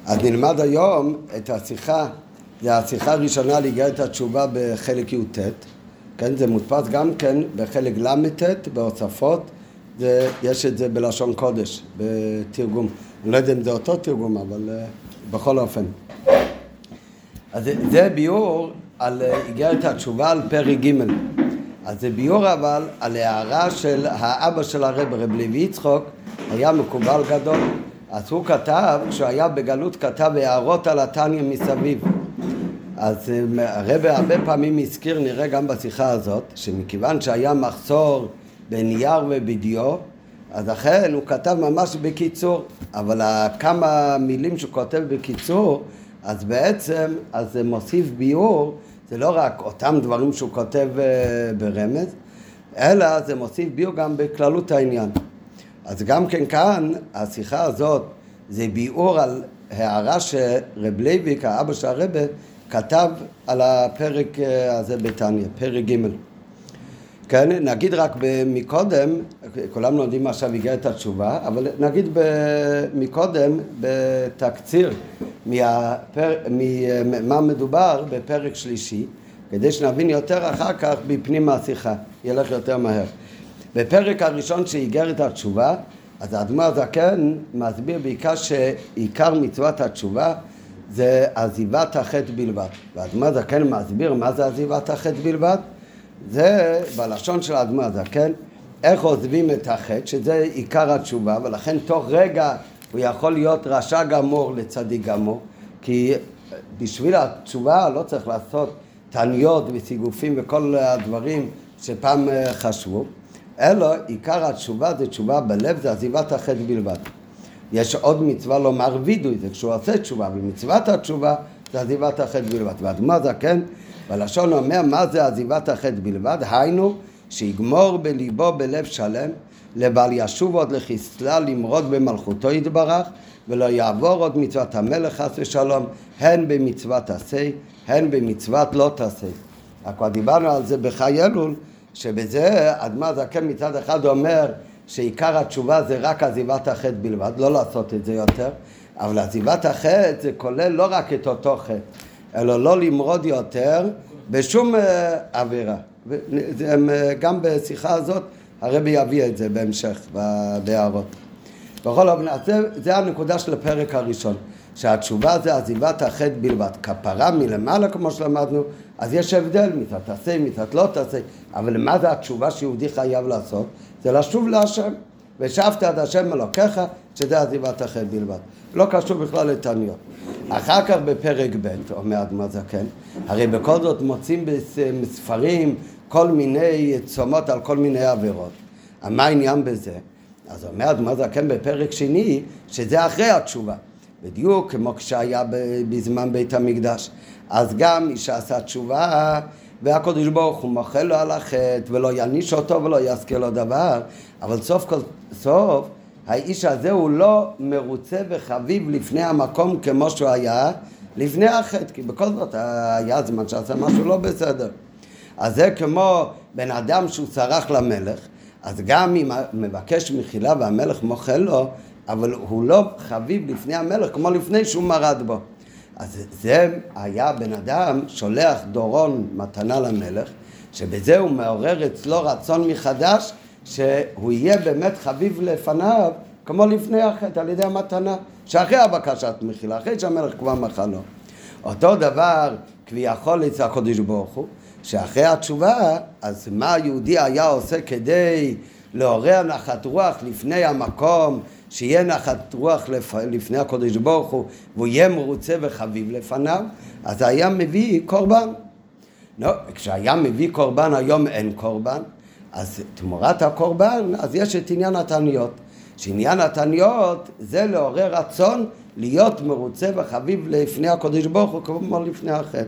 אז נלמד היום את השיחה, זה השיחה הראשונה לאיגרת התשובה בחלק י"ט, כן, זה מודפס גם כן בחלק ל"ט בהוספות, יש את זה בלשון קודש, בתרגום. אני לא יודע אם זה אותו תרגום, אבל בכל אופן. אז זה ביור על איגרת התשובה על פרק ג'. אז זה ביור אבל על הערה של האבא של הרב לוי יצחק, היה מקובל גדול. אז הוא כתב, כשהוא היה בגלות, כתב הערות על התניא מסביב. אז הרב הרבה פעמים הזכיר, נראה גם בשיחה הזאת, שמכיוון שהיה מחסור בנייר ובדיו, אז אכן הוא כתב ממש בקיצור, אבל כמה מילים שהוא כותב בקיצור, אז בעצם, אז זה מוסיף ביור, זה לא רק אותם דברים שהוא כותב ברמז, אלא זה מוסיף ביור גם בכללות העניין. אז גם כן כאן, השיחה הזאת, זה ביאור על הערה שרב לוי, האבא של הרב, כתב על הפרק הזה בתניא, פרק ג'. כן, נגיד רק מקודם, כולם לומדים עכשיו איגרת התשובה, אבל נגיד מקודם בתקציר ממה מדובר בפרק שלישי, כדי שנבין יותר אחר כך בפנים השיחה, ילך יותר מהר. בפרק הראשון שאיגרת התשובה, אז האדמו"ר הזקן מסביר בעיקר שעיקר מצוות התשובה זה עזיבת החטא בלבד. והאדמו"ר הזקן מסביר מה זה עזיבת החטא בלבד. זה בלשון של האדמו"ר הזקן, איך עוזבים את החטא, שזה עיקר התשובה, ולכן תוך רגע הוא יכול להיות רשע גמור לצדיק גמור, כי בשביל התשובה לא צריך לעשות תניות וסיגופים וכל הדברים שפעם חשבו, אלא עיקר התשובה זה תשובה בלב, זה עזיבת החטא בלבד. יש עוד מצווה לומר וידוי, זה כשהוא עושה תשובה, ומצוות התשובה זה עזיבת החטא בלבד. והאדמו"ר הזקן בלשון אומר מה זה עזיבת החטא בלבד, היינו שיגמור בליבו בלב שלם, לבל ישוב עוד לחיסלה למרוד במלכותו יתברך, ולא יעבור עוד מצוות המלך חס ושלום, הן במצוות עשה, הן במצוות לא תעשה. כבר דיברנו על זה בחי אלול, שבזה האדמו"ר הזקן מצד אחד אומר שעיקר התשובה זה רק עזיבת החטא בלבד, לא לעשות את זה יותר, אבל עזיבת החטא זה כולל לא רק את אותו חטא, אלא לא למרוד יותר בשום עבירה. גם בשיחה הזאת הרבי יביא את זה בהמשך בהערות. בכל אופן, זה הנקודה של הפרק הראשון, שהתשובה זה עזיבת החטא בלבד. כפרה מלמעלה כמו שלמדנו, אז יש הבדל, מצוות תעשה, מצוות לא תעשה, אבל מה זה התשובה שיהודי חייב לעשות? זה לשוב להשם, ושבת עד השם אלוקיך, שזה עזיבת החטא בלבד. לא קשור בכלל לתניות. אחר כך בפרק ב' אומר האדמו"ר הזקן, הרי בכל זאת מוצאים בספרים כל מיני צומות על כל מיני עבירות. מה העניין בזה? אז אומר האדמו"ר הזקן בפרק שני, שזה אחרי התשובה. בדיוק כמו כשהיה בזמן בית המקדש. אז גם מי שעשה תשובה, והקדוש ברוך הוא מוחל לו על החטא, ולא יעניש אותו ולא יזכיר לו דבר, אבל סוף כל סוף, האיש הזה הוא לא מרוצה וחביב לפני המקום כמו שהוא היה לפני החטא, כי בכל זאת היה זמן שעשה משהו לא בסדר. אז זה כמו בן אדם שהוא צרח למלך, אז גם אם מבקש מחילה והמלך מוחל לו, אבל הוא לא חביב לפני המלך כמו לפני שהוא מרד בו. אז זה היה בן אדם שולח דורון מתנה למלך, שבזה הוא מעורר אצלו רצון מחדש, שהוא יהיה באמת חביב לפניו, כמו לפני החטא, על ידי המתנה, שאחרי הבקשת מחילה, אחרי שהמלך כבר מחל לו. אותו דבר כביכול אצל הקדוש ברוך הוא, שאחרי התשובה, אז מה היהודי היה עושה כדי לעורר נחת רוח לפני המקום, שיהיה נחת רוח לפני הקדוש ברוך הוא, והוא יהיה מרוצה וחביב לפניו, אז היה מביא קורבן. לא, כשהיה מביא קורבן, היום אין קורבן, אז תמורת הקורבן, אז יש את עניין התניות. שעניין התניות זה לעורר רצון להיות מרוצה וחביב לפני הקדוש ברוך הוא, כמו לפני החטא.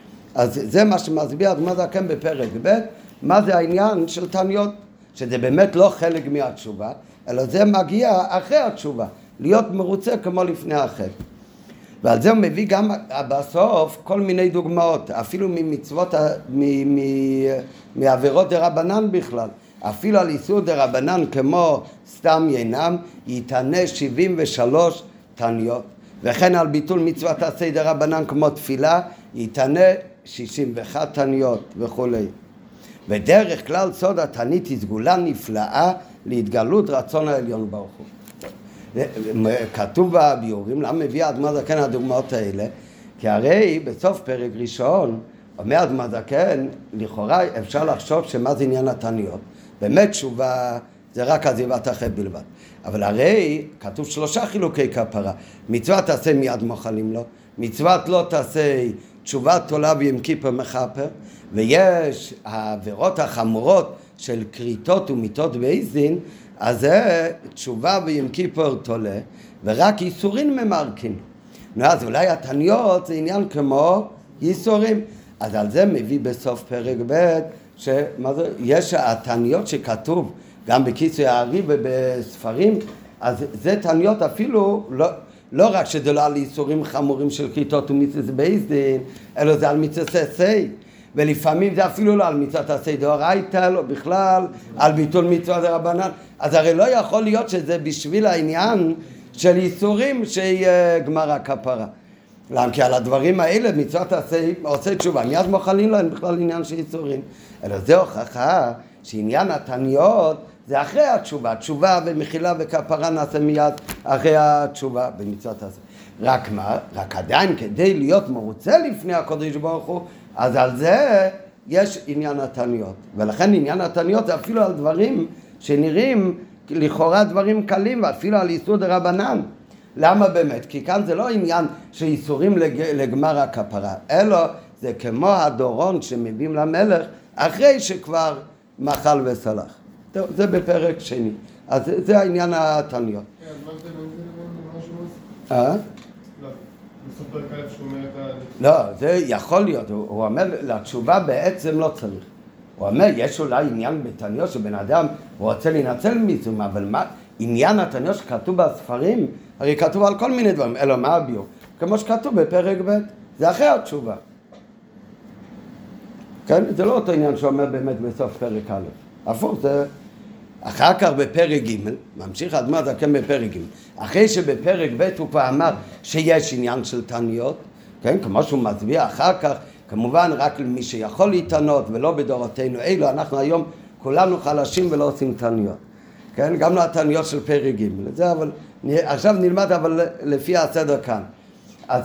אז זה מה שמסביר האדמו"ר הזקן בפרק ב', מה זה העניין של תניות, שזה באמת לא חלק מהתשובה, אלא זה מגיע אחרי התשובה, להיות מרוצה כמו לפני החטא. ועל זה הוא מביא גם בסוף כל מיני דוגמאות, אפילו ממצוות, מעבירות דרבנן בכלל, אפילו על איסור דרבנן כמו סתם ינם, יתענה 73 תניות, וכן על ביטול מצוות עשה דרבנן כמו תפילה, יתענה 61 תניות וכולי. ודרך כלל סוד התענית היא סגולה נפלאה להתגלות רצון העליון ברוך הוא. כתוב בביאורים, למה מביא האדמו"ר הזקן הדוגמאות האלה? כי הרי בסוף פרק ראשון אומר האדמו"ר הזקן, לכאורה אפשר לחשוב שמה זה עניין התעניות. באמת תשובה זה רק עזיבת החטא בלבד. אבל הרי כתוב 3 חילוקי כפרה. מצוות תעשה מיד מוחלים לו, מצוות לא תעשה תשובה תולה ועם כיפר מכפר, ויש העבירות החמורות של כריתות ומיתות ואיזין, אז זה תשובה ועם כיפר תולה, ורק ייסורים ממרקים. אז אולי התעניות זה עניין כמו ייסורים. אז על זה מביא בסוף פרק ב' יש התעניות שכתוב גם בכיסוי הארי ובספרים, אז זה תעניות אפילו לא רק שזה לא על ייסורים חמורים של כריתות ומיתות ואיזין, אלא זה על מצוות עשה. ולפעמים זה אפילו לא על מצוות עשה דאורייתא, או בכלל על ביטול מצוות דרבנן. אז הרי לא יכול להיות שזה בשביל העניין של ייסורים שיהיה גמר הכפרה. למה? כי על הדברים האלה מצוות עשה תשובה, מיד מוחלים להם בכלל עניין של ייסורים. אלא זה הוכחה שעניין התעניות זה אחרי התשובה. תשובה ומחילה וכפרה נעשה מיד אחרי התשובה במצוות עשה. רק מה? רק עדיין כדי להיות מרוצה לפני הקדוש ברוך הוא, אז על זה יש עניין התעניות. ולכן עניין התעניות זה אפילו על דברים שנראים לכאורה דברים קלים, ואפילו על איסור דרבנן. למה באמת? כי כאן זה לא עניין שאיסורים לגמר הכפרה, אלא זה כמו הדורון שמביאים למלך אחרי שכבר מחל וסלח. טוב, זה בפרק שני. אז זה העניין התעניות. אז מה זה משהו? בסוף פרק א' שהוא אומר את לא, זה יכול להיות. הוא אומר, לתשובה בעצם לא צריך. הוא אומר, יש אולי עניין בתעניות שבן אדם רוצה להינצל מזה, אבל מה? עניין התעניות שכתוב בספרים, הרי כתוב על כל מיני דברים, אלא מה הביאור? כמו שכתוב בפרק ב', זה אחרי התשובה. כן? זה לא אותו עניין שאומר באמת בסוף פרק א'. הפוך, זה אחר כך בפרק ג', ממשיך האדמו"ר הזקן בפרק ג', אחרי שבפרק ב' הוא כבר אמר שיש עניין של תעניות, כן? כמו שהוא מצביע אחר כך, כמובן רק למי שיכול להתענות ולא בדורותינו אלו, אנחנו היום כולנו חלשים ולא עושים תעניות. כן? גם לא התעניות של פרק ג' זה, אבל עכשיו נלמד אבל לפי הסדר כאן. אז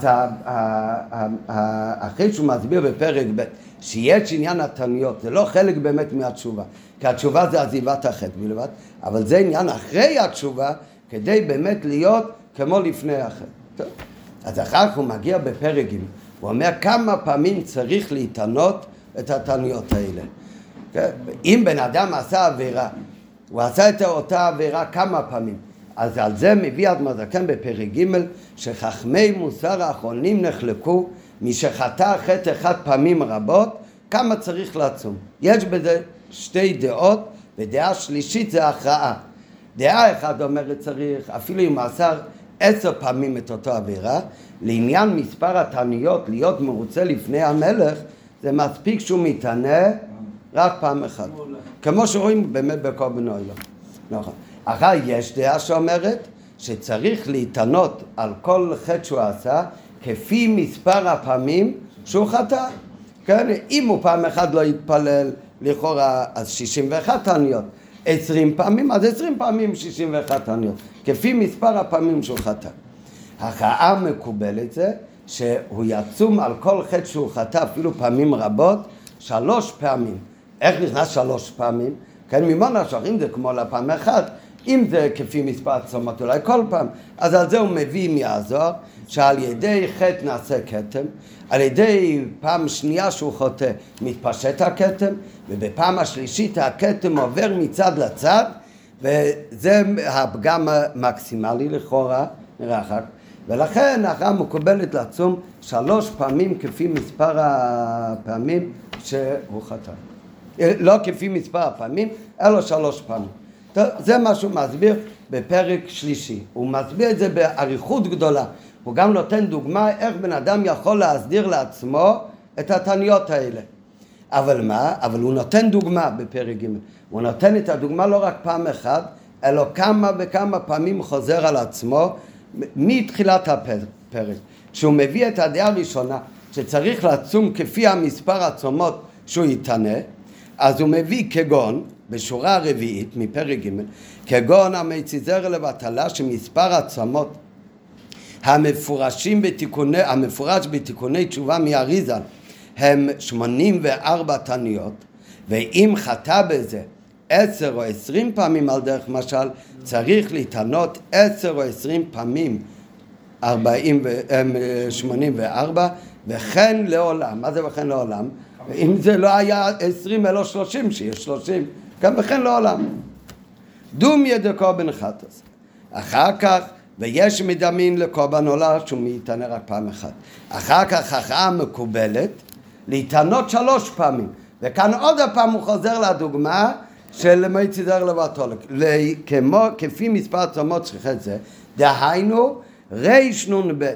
אחרי שהוא מסביר בפרק ב' שיש עניין התעניות, זה לא חלק באמת מהתשובה, כי התשובה זה עזיבת החטא בלבד, אבל זה עניין אחרי התשובה, כדי באמת להיות כמו לפני החטא. טוב. אז אחר כך הוא מגיע בפרק ג', הוא אומר כמה פעמים צריך להתענות את התעניות האלה. כן? אם בן אדם עשה עבירה, הוא עשה את אותה עבירה כמה פעמים, אז על זה מביא האדמו"ר הזקן בפרק ג' שחכמי מוסר האחרונים נחלקו משחטא חטא אחד פעמים רבות, כמה צריך לצום. יש בזה 2 דעות, ודעה שלישית זה הכרעה. דעה אחת אומרת צריך, אפילו אם עשה 10 פעמים את אותו עבירה, לעניין מספר התעניות להיות מרוצה לפני המלך, זה מספיק שהוא מתענה רק פעם אחת. כמו שרואים באמת בקורבן עולם. נכון. אחר יש דעה שאומרת שצריך להתענות על כל חטא שהוא עשה כפי מספר הפעמים שהוא חטא. כן? אם הוא פעם אחת לא יתפלל לכאורה אז 61 תעניות, 20 פעמים אז 20 פעמים 61 תעניות, כפי מספר הפעמים שהוא חטא. הכרעה מקובלת זה שהוא יצום על כל חטא שהוא חטא אפילו פעמים רבות 3 פעמים. איך נכנס 3 פעמים? כן, ממון השוחים זה כמו לפעם אחת, אם זה כפי מספר הצומות אולי כל פעם, אז על זה הוא מביא מהזוהר שעל ידי חטא נעשה כתם, על ידי פעם שנייה שהוא חוטא מתפשט הכתם, ובפעם השלישית הכתם עובר מצד לצד, וזה הפגם המקסימלי לכאורה, נראה אחר כך. ולכן הכרעה מקובלת לצום 3 פעמים כפי מספר הפעמים שהוא חטא. לא כפי מספר הפעמים, אלא 3 פעמים. טוב, זה מה שהוא מסביר בפרק שלישי. הוא מסביר את זה באריכות גדולה. הוא גם נותן דוגמה איך בן אדם יכול להסדיר לעצמו את התעניות האלה. אבל מה? אבל הוא נותן דוגמה בפרק ג'. הוא נותן את הדוגמה לא רק פעם אחת, אלא כמה וכמה פעמים חוזר על עצמו מתחילת הפרק. הפרק, שהוא מביא את הדעה הראשונה שצריך לצום כפי המספר הצומות שהוא יתנה, אז הוא מביא כגון בשורה הרביעית מפרק ג' כגון המציזר לבטלה שמספר הצומות המפורש בתיקוני תשובה מאריזל הם 84 תניות, ואם חטא בזה 10 או 20 פעמים על דרך משל, צריך להתענות 10 או 20 פעמים 84 וכן לעולם. מה זה וכן לעולם? אם זה לא היה 20 אלא 30, שיש 30, גם וכן לעולם. דום ידקו חטאס. אחר כך ויש מדמין לקורבן עולה שהוא מתענה רק פעם אחת. אחר כך הכרעה מקובלת להתענות 3 פעמים, וכאן עוד הפעם הוא חוזר לדוגמה של מציזר לבטלה כפי מספר הצומות שחט זה, דהיינו רנ"ב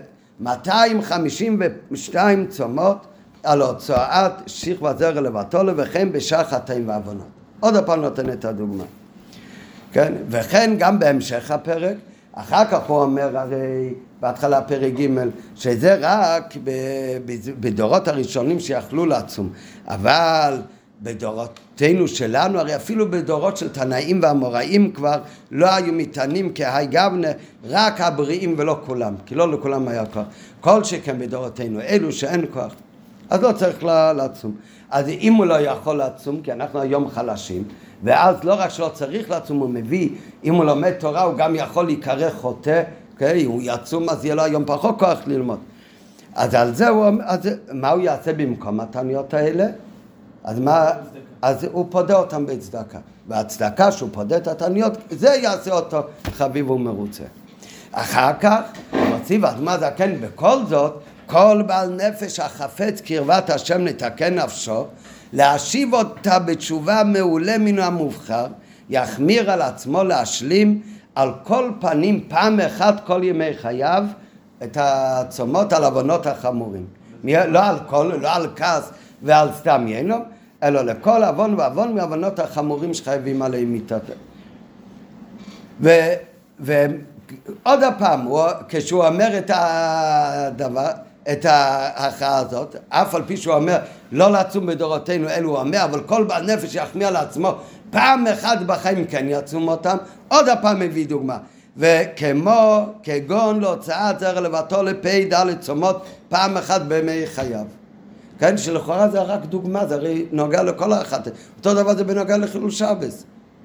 252 צומות על הוצאת שכבת זרע לבטלה וכן בשאר חטאים ועוונות. עוד הפעם נותן את הדוגמה, כן? וכן גם בהמשך הפרק, אחר כך הוא אומר הרי בהתחלה פרק ג' שזה רק בדורות הראשונים שיכלו לצום, אבל בדורותינו שלנו, הרי אפילו בדורות של תנאים והאמוראים כבר לא היו מתענים כהי גבנה, רק הבריאים ולא כולם, כי לא לכולם היה כוח. כל שכן בדורותינו, אלו שאין כוח, אז לא צריך לצום. אז אם הוא לא יכול לצום, כי אנחנו היום חלשים, ואז לא רק שלא צריך לצום, הוא מביא, אם הוא לומד תורה, הוא גם יכול להיקרא חוטא, okay? הוא יצום, אז יהיה לו היום פחות כוח ללמוד. אז על זה אז מה הוא יעשה במקום התניות האלה? אז הוא פודה אותם בצדקה, והצדקה שהוא פודה את התניות, זה יעשה אותו חביב ומרוצה. אחר כך מוסיף אדמה זקן בכל זאת, כל בעל נפש החפץ קרבת השם לתקן נפשו, להשיב אותה בתשובה מעולה מן המובחר, יחמיר על עצמו להשלים על כל פנים פעם אחת כל ימי חייו את הצומות על עוונות החמורים. לא על כל, לא על כעס ועל סתם ינום, אלא לכל עוון ועוון מעוונות החמורים שחייבים עליהם מיתתו. ועוד הפעם, כשהוא אומר את הדבר, את ההכרעה הזאת, אף על פי שהוא אומר לא לצום בדורותינו אלו, הוא אומר, אבל כל בעל נפש יחמיא לעצמו פעם אחת בחיים כן יצום אותם. עוד הפעם מביא דוגמה, וכמו כגון להוצאת זרע לבטלה פ"ד צומות פעם אחת בימי חייו, כן, שלכאורה זה רק דוגמה, זה הרי נוגע לכל האחת. אותו דבר זה בנוגע לחילול שבת,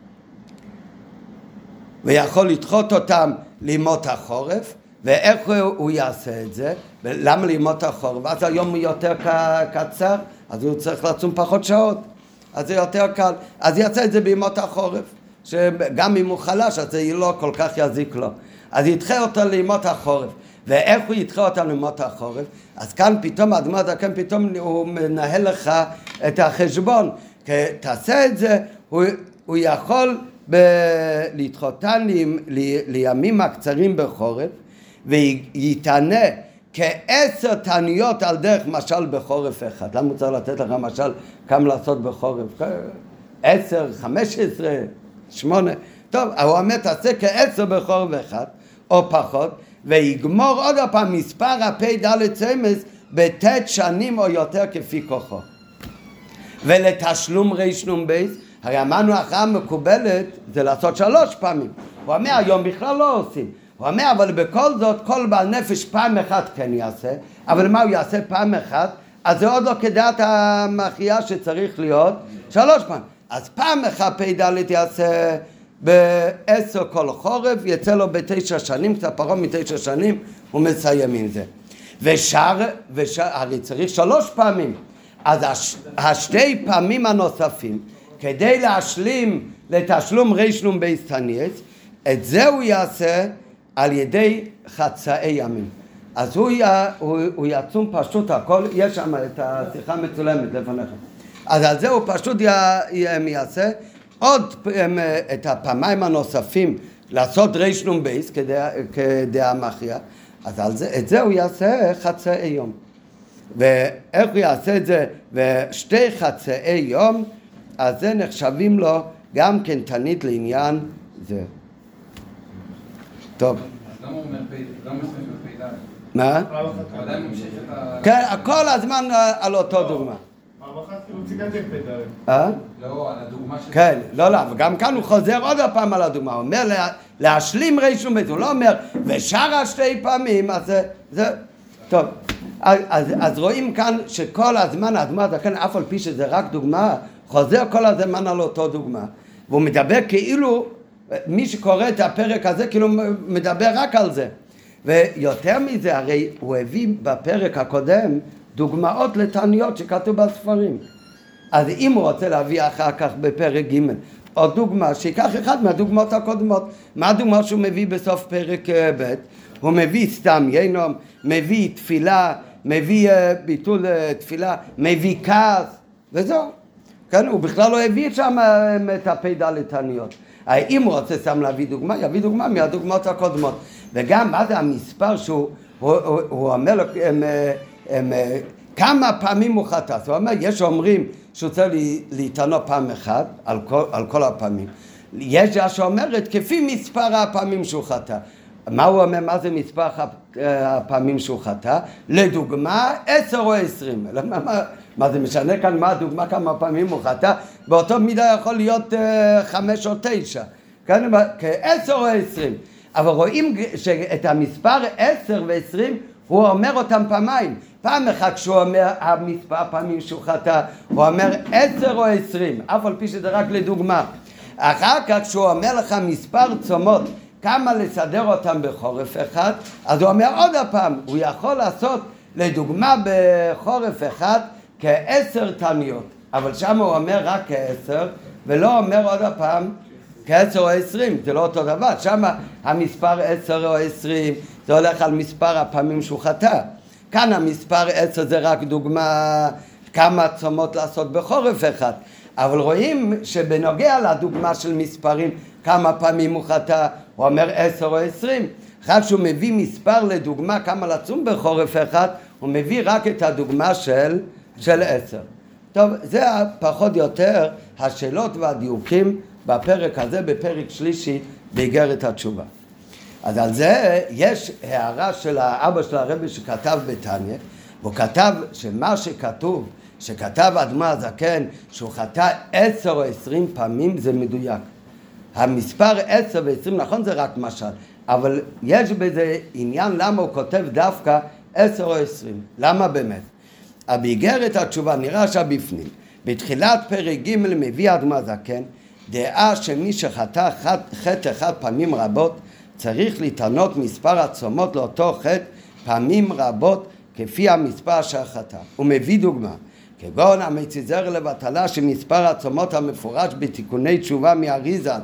ויכול לדחות אותם לימות החורף. ואיך הוא יעשה את זה? למה לימות החורף? אז היום הוא יותר קצר, אז הוא צריך לצום פחות שעות, אז זה יותר קל. אז יעשה את זה בימות החורף, שגם אם הוא חלש, אז זה לא כל כך יזיק לו. אז ידחה אותו לימות החורף. ואיך הוא ידחה אותם לימות החורף? אז כאן פתאום, אדמה זקן פתאום הוא מנהל לך את החשבון. תעשה את זה, הוא יכול לדחותן לימים הקצרים בחורף, ויתענה כ10 תעניות על דרך משל בחורף אחד. למה הוא צריך לתת לך משל כמה לעשות בחורף? 10, 15, 8. טוב, הוא אומר תעשה כ10 בחורף אחד או פחות, ויגמור עוד הפעם מספר הפ"ד צמס ב-ט' שנים או יותר כפי כוחו. ולתשלום רנ"ב, הרי אמרנו הכרעה מקובלת זה לעשות 3 פעמים. הוא אומר היום בכלל לא עושים. הוא אומר אבל בכל זאת כל בעל נפש פעם אחת כן יעשה, אבל מה הוא יעשה פעם אחת? אז זה עוד לא כדעת המכריעה שצריך להיות 3 פעמים. אז פעם אחת פ"ד יעשה ב10 כל חורף, יצא לו ב9 שנים, קצת פחות מ9 שנים, הוא מסיים עם זה. הרי צריך 3 פעמים. אז 2 פעמים הנוספים, כדי להשלים לתשלום רנ"ב תניאס, את זה הוא יעשה על ידי חצאי ימים. אז הוא יצום פשוט הכל, יש שם את השיחה מצולמת לפניכם. אז על זה הוא פשוט יעשה עוד את הפעמיים הנוספים לעשות רנ"ב כדעה מכריעה. אז על זה, את זה הוא יעשה חצאי יום. ואיך הוא יעשה את זה? ו2 חצאי יום, אז זה נחשבים לו גם כן תנית לעניין זה. טוב. למה הוא אומר פ"ד? מה? כן, כל הזמן על אותו דוגמה. פעם אחת כאילו ציגנתי פדל. לא, על הדוגמה של... כן, לא, וגם כאן הוא חוזר עוד הפעם על הדוגמה, הוא אומר להשלים ריש ומתים, הוא לא אומר ושרה 2 פעמים, אז זה, טוב, אז רואים כאן שכל הזמן הדוגמה, כן, אף על פי שזה רק דוגמה, חוזר כל הזמן על אותו דוגמה, והוא מדבר כאילו, מי שקורא את הפרק הזה כאילו מדבר רק על זה, ויותר מזה, הרי הוא הביא בפרק הקודם דוגמאות לתעניות שכתוב בספרים. אז אם הוא רוצה להביא אחר כך בפרק ג' עוד דוגמה, שיקח אחד מהדוגמאות הקודמות. מה הדוגמה שהוא מביא בסוף פרק ב'? הוא מביא סתם ינום, מביא תפילה, מביא ביטול תפילה, מביא כעס, וזהו. כן, הוא בכלל לא הביא שם את הפדל לתעניות. אם הוא רוצה סתם להביא דוגמה, יביא דוגמה מהדוגמאות הקודמות. וגם מה זה המספר שהוא אומר לו, כמה פעמים הוא חטא. הוא אומר, יש אומרים שהוא צריך להתענות פעם אחת על כל הפעמים. יש שאומרת כפי מספר הפעמים שהוא חטא. מה הוא אומר? מה זה מספר הפעמים שהוא חטא? לדוגמה 10 או 20. מה זה משנה כאן מה הדוגמה כמה פעמים הוא חטא? באותו מידה יכול להיות 5 או 9. כן? כ10 או 20. אבל רואים שאת המספר 10 ו-20 הוא אומר אותם פעמיים. פעם אחת כשהוא אומר המספר פעמים שהוא חטא, הוא אומר 10 או 20, אף על פי שזה רק לדוגמה. אחר כך כשהוא אומר לך מספר צומות, כמה לסדר אותם בחורף אחד, אז הוא אומר עוד הפעם, הוא יכול לעשות לדוגמה בחורף אחד כ10 תעניות, אבל שם הוא אומר רק כ10, ולא אומר עוד הפעם כ10 או 20, זה לא אותו דבר, שם המספר 10 או 20, זה הולך על מספר הפעמים שהוא חטא. כאן המספר 10 זה רק דוגמה כמה צומות לעשות בחורף אחד. אבל רואים שבנוגע לדוגמה של מספרים, כמה פעמים הוא חטא, הוא אומר 10 או 20. אחר שהוא מביא מספר לדוגמה כמה לצום בחורף אחד, הוא מביא רק את הדוגמה של 10. טוב, זה פחות או יותר השאלות והדיוקים בפרק הזה, בפרק שלישי באיגרת התשובה. אז על זה יש הערה של האבא של הרבי שכתב בתניא, והוא כתב שמה שכתוב, שכתב האדמו"ר הזקן, שהוא חטא 10 או 20 פעמים, זה מדויק. המספר 10 ו-20, נכון זה רק משל, אבל יש בזה עניין למה הוא כותב דווקא 10 או 20. למה באמת? באיגרת התשובה נראה שבפנים, בתחילת פרק ג' מביא האדמו"ר הזקן, דעה שמי שחטא חטא אחד פעמים רבות, צריך להתענות מספר הצומות לאותו חטא פעמים רבות כפי המספר שהחטא. הוא מביא דוגמה, כגון המציזר לבטלה שמספר הצומות המפורש בתיקוני תשובה מאריזת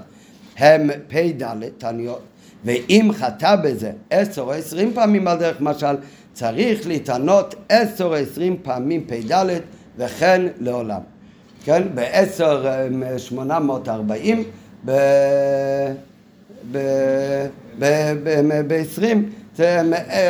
הם פ"ד תעניות, ואם חטא בזה 10 או 20 פעמים על דרך משל, צריך להתענות 10 או 20 פעמים פ"ד וכן לעולם. כן, ב-10,840 ב-20 זה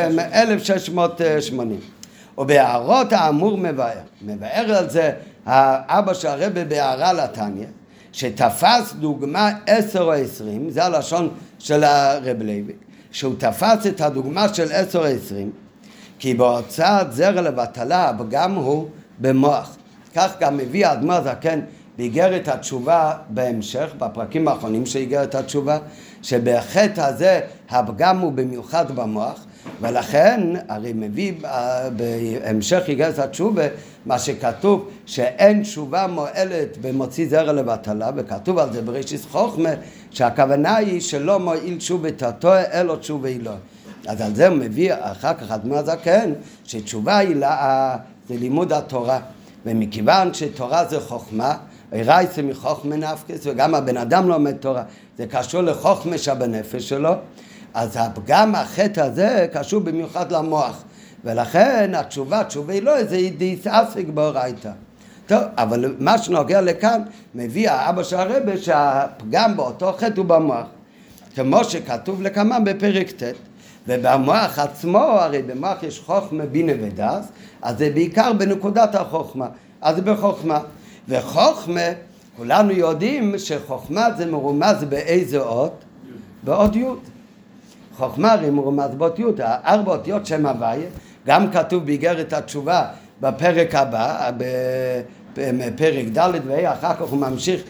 1680. ובהערות האמור מבאר על זה האבא של הרבי בהערה לתניא, שתפס דוגמה 10 או 20, זה הלשון של הרב לוי, שהוא תפס את הדוגמה של 10 או 20, כי בהוצאת זרע לבטלה הפגם הוא במוח. כך גם מביא האדמו"ר הזקן באיגרת התשובה בהמשך, בפרקים האחרונים של איגרת התשובה, שבחטא הזה הפגם הוא במיוחד במוח, ולכן הרי מביא בהמשך איגרת התשובה מה שכתוב שאין תשובה מועלת במוציא זרע לבטלה, וכתוב על זה בראשית חוכמה שהכוונה היא שלא מועיל תשובתו אלא תשובה אלוהי. אז על זה הוא מביא אחר כך האדמו"ר הזקן שתשובה היא זה לימוד התורה, ומכיוון שתורה זה חוכמה, רייסה מחוכמה נפקס, וגם הבן אדם לומד תורה, זה קשור לחוכמה שבנפש שלו, אז גם החטא הזה קשור במיוחד למוח, ולכן התשובה היא לא איזה דיסאסק באורייתא. טוב, אבל מה שנוגע לכאן, מביא האבא של הרבי שהפגם באותו חטא הוא במוח, כמו שכתוב לכמה בפרק ט', ובמוח עצמו, הרי במוח יש חוכמה, בינה ודעת, אז זה בעיקר בנקודת החוכמה, אז זה בחוכמה. וחוכמה, כולנו יודעים שחוכמה זה מרומז באיזה אות? באות י'. חוכמה רימור מזבות י', 4 אותיות שם הוויה, גם כתוב באיגרת התשובה בפרק הבא, בפרק ד' ואחר כך הוא ממשיך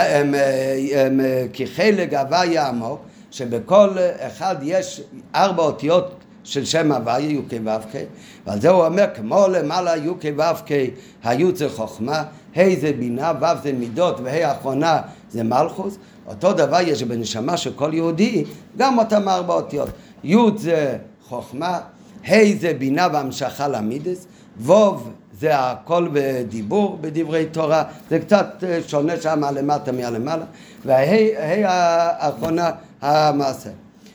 כחלק הוויה עמוק, שבכל אחד יש 4 אותיות של שם הוויה, י' כ' ו' כ', ועל זה הוא אומר, כמו למעלה י' כ' ו' כ', הי' זה חוכמה, ה' זה בינה, ו' זה מידות, וה' האחרונה זה מלכוס. אותו דבר יש בנשמה של כל יהודי, גם אותם 4 אותיות. י' זה חוכמה, ה' זה בינה והמשכה למידס, ו' זה הכל בדיבור, בדברי תורה, זה קצת שונה שם למטה מהלמעלה, וה' האחרונה המעשה.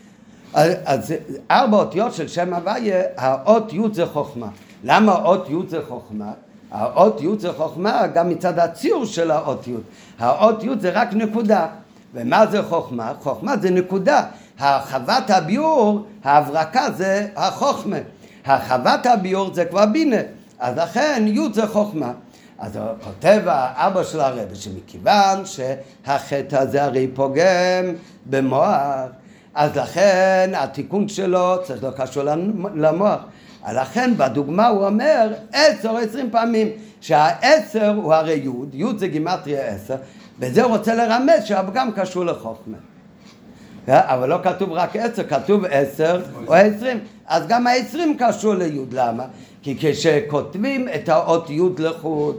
אז 4 אותיות של שם הוויה, האות י' זה חוכמה. למה האות י' זה חוכמה? האות י' זה חוכמה גם מצד הציור של האות י'. האות י' זה רק נקודה. ומה זה חוכמה? חוכמה זה נקודה. החוות הביור, ההברקה זה החוכמה. החוות הביור זה כבר בינה. אז לכן י' זה חוכמה. אז הוא כותב האבא של הרב, שמכיוון שהחטא הזה הרי פוגם במוח, אז לכן התיקון שלו צריך להיות קשור למוח. לכן בדוגמה הוא אומר 10 או 20 פעמים, שה10 הוא הרי י' זה גימטריה 10, וזה הוא רוצה לרמז שהפגם קשור לחוכמה. אבל לא כתוב רק 10, כתוב 10 או 20, אז גם ה-20 קשור לי'. למה? כי כשכותבים את האות י' לחוד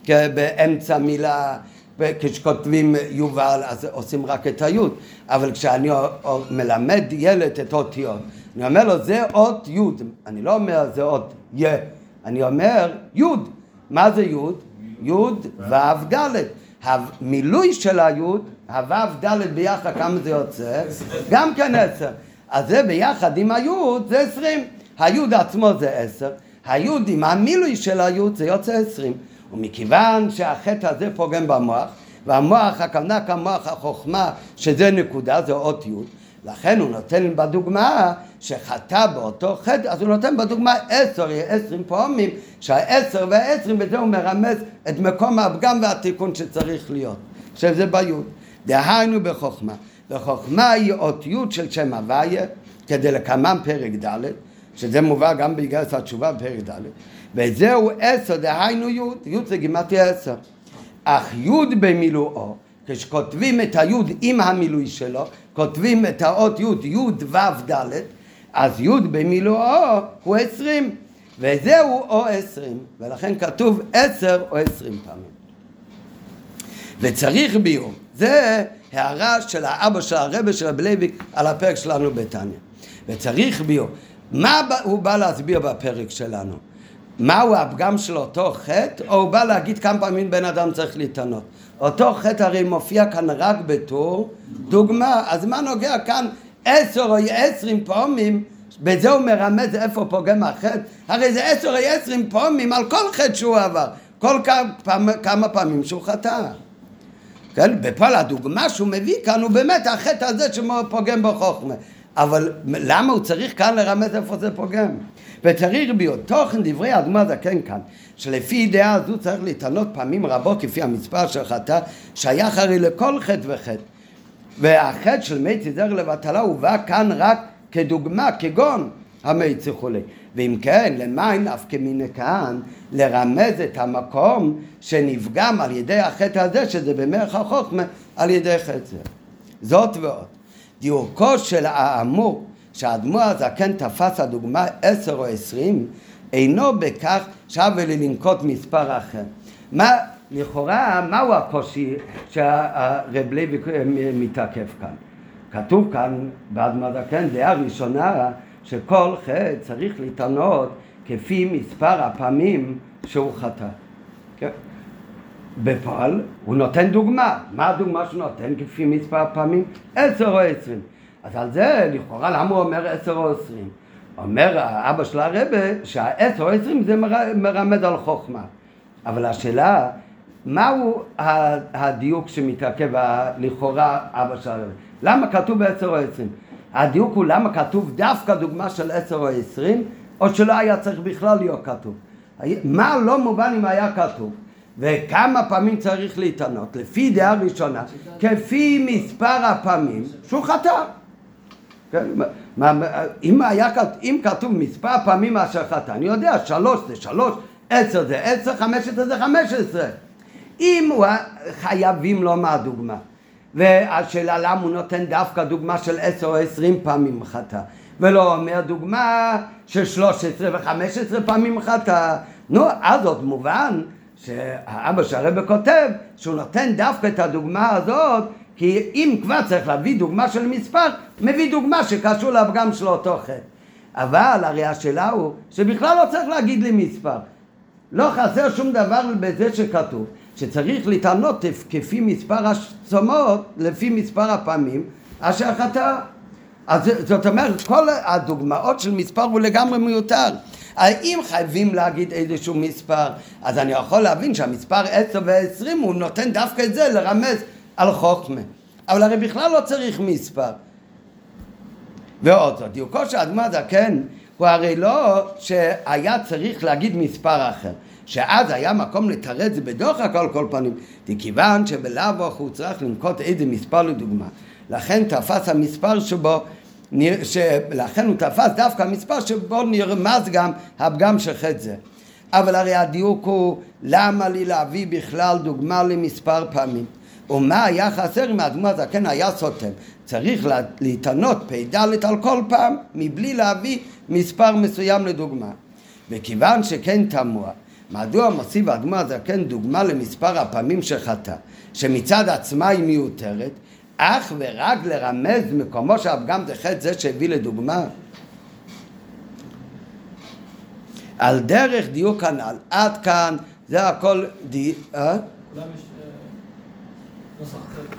באמצע מילה, כשכותבים יובל אז עושים רק את הי', אבל כשאני מלמד ילד את אותיות, אני אומר לו זה אות י', אני לא אומר זה אות י, אני אומר י'. מה זה י'? י' ו' ד'. המילוי של הי', הו' ד' ביחד כמה זה יוצא? גם כן 10. אז זה ביחד עם הי' זה 20. הי' עצמו זה 10, הי' עם המילוי של הי' זה יוצא 20. ומכיוון שהחטא הזה פוגם במוח, והמוח הכוונה כמוח החוכמה שזה נקודה, זה אות י', לכן הוא נותן בדוגמה שחטא באותו חטא, אז הוא נותן בדוגמה 10 20 פעמים, שה10 וה20 בזה הוא מרמז את מקום הפגם והתיקון שצריך להיות, שזה ביוד. דהיינו בחוכמה, וחוכמה היא אות י' של שם הוויה, כדי לקמם פרק ד', שזה מובא גם באיגרת התשובה בפרק ד', וזהו 10, דהיינו י', י' זה גימטריה 10. אך י' במילואו, כשכותבים את הי' עם המילוי שלו, כותבים את האות י', י' ו' ד', אז י' במילואו הוא 20, וזהו או 20, ולכן כתוב 10 או 20 פעמים. וצריך ביור, זה הערה של האבא של הרב של רבי לוי על הפרק שלנו בתניא. וצריך ביור, מה הוא בא להסביר בפרק שלנו? מהו הפגם של אותו חטא, או הוא בא להגיד כמה פעמים בן אדם צריך להתענות? אותו חטא הרי מופיע כאן רק בתור דוגמה, אז מה נוגע כאן 10 או 20 פעמים, בזה הוא מרמז איפה פוגם החטא? הרי זה 10 או 20 פעמים על כל חטא שהוא עבר, כל כמה פעמים שהוא חטא. כן? בפועל הדוגמה שהוא מביא כאן הוא באמת החטא הזה שפוגם בחוכמה. אבל למה הוא צריך כאן לרמז איפה זה פוגם? וצריך להיות תוכן דברי האדמו"ר הזקן כאן, שלפי דעה הזו צריך להתענות פעמים רבות כפי המספר של חטא, שייך הרי לכל חטא וחטא. והחטא של מי זרע לבטלה הובא כאן רק כדוגמה, כגון המי וכולי. ואם כן, למה נפקא מינה כאן לרמז את המקום שנפגם על ידי החטא הזה, שזה במערך החוכמה על ידי חטא זה. זאת ועוד. דיוקו של האמור שהאדמו"ר הזקן תפס הדוגמה 10 או 20 אינו בכך שווה לנקוט מספר אחר. לכאורה מהו הקושי שהרב לוי מתעכב כאן? כתוב כאן באדמו"ר הזקן דעה ראשונה שכל חטא צריך להתענות כפי מספר הפעמים שהוא חטא. כן? בפועל הוא נותן דוגמה. מה הדוגמה שהוא נותן כפי מספר פעמים? 10 או 20. אז על זה לכאורה למה הוא אומר 10 או 20? אומר האבא של הרב שה10 או 20 זה מרמז על חוכמה. אבל השאלה, מהו הדיוק שמתעכב לכאורה אבא של הרב? למה כתוב 10 או 20? הדיוק הוא למה כתוב דווקא דוגמה של 10 או 20, או שלא היה צריך בכלל להיות כתוב. מה לא מובן אם היה כתוב? וכמה פעמים צריך להתענות? לפי דעה ראשונה, כפי מספר הפעמים שהוא חטא. כן? אם כתוב מספר פעמים אשר חטא, אני יודע 3 זה 3, 10 זה 10, 15 זה 15. אם הוא חייבים לו מהדוגמה, והשאלה למה הוא נותן דווקא דוגמה של 10 או 20 פעמים חטא, ולא אומר דוגמה של 13 ו-15 פעמים חטא, נו, אז עוד מובן שהאבא של הרב כותב שהוא נותן דווקא את הדוגמה הזאת, כי אם כבר צריך להביא דוגמה של מספר, מביא דוגמה שקשור לפגם של אותו חטא. אבל הרי השאלה הוא שבכלל לא צריך להגיד לי מספר. לא חסר שום דבר בזה שכתוב, שצריך להתענות כפי מספר הצומות, לפי מספר הפעמים, אשר חטא. אז זאת אומרת, כל הדוגמאות של מספר הוא לגמרי מיותר. אם חייבים להגיד איזשהו מספר, אז אני יכול להבין שהמספר 10 ו-20 הוא נותן דווקא את זה לרמז על חוכמה. אבל הרי בכלל לא צריך מספר. ועוד זאת, דיוקו של האדמו"ר הזקן הוא הרי לא שהיה צריך להגיד מספר אחר, שאז היה מקום לתרץ זה בדוחק על כל פנים, כיוון שבלאו הוא צריך לנקוט איזה מספר לדוגמה. לכן תפס המספר שבו, לכן הוא תפס דווקא המספר שבו נרמז גם הפגם של חטא זה. אבל הרי הדיוק הוא למה לי להביא בכלל דוגמה למספר פעמים, ומה היה חסר אם האדמו"ר הזקן היה סותם. צריך להתענות פ"ד על כל פעם מבלי להביא מספר מסוים לדוגמה. וכיוון שכן תמוה מדוע מוסיף האדמו"ר הזקן דוגמה למספר הפעמים שחטא, שמצד עצמה היא מיותרת, אך ורק לרמז מקומו שהפגם זה חטא זה שהביא לדוגמה. על דרך דיוק הנ"ל, עד כאן זה הכל כולם יש נוסח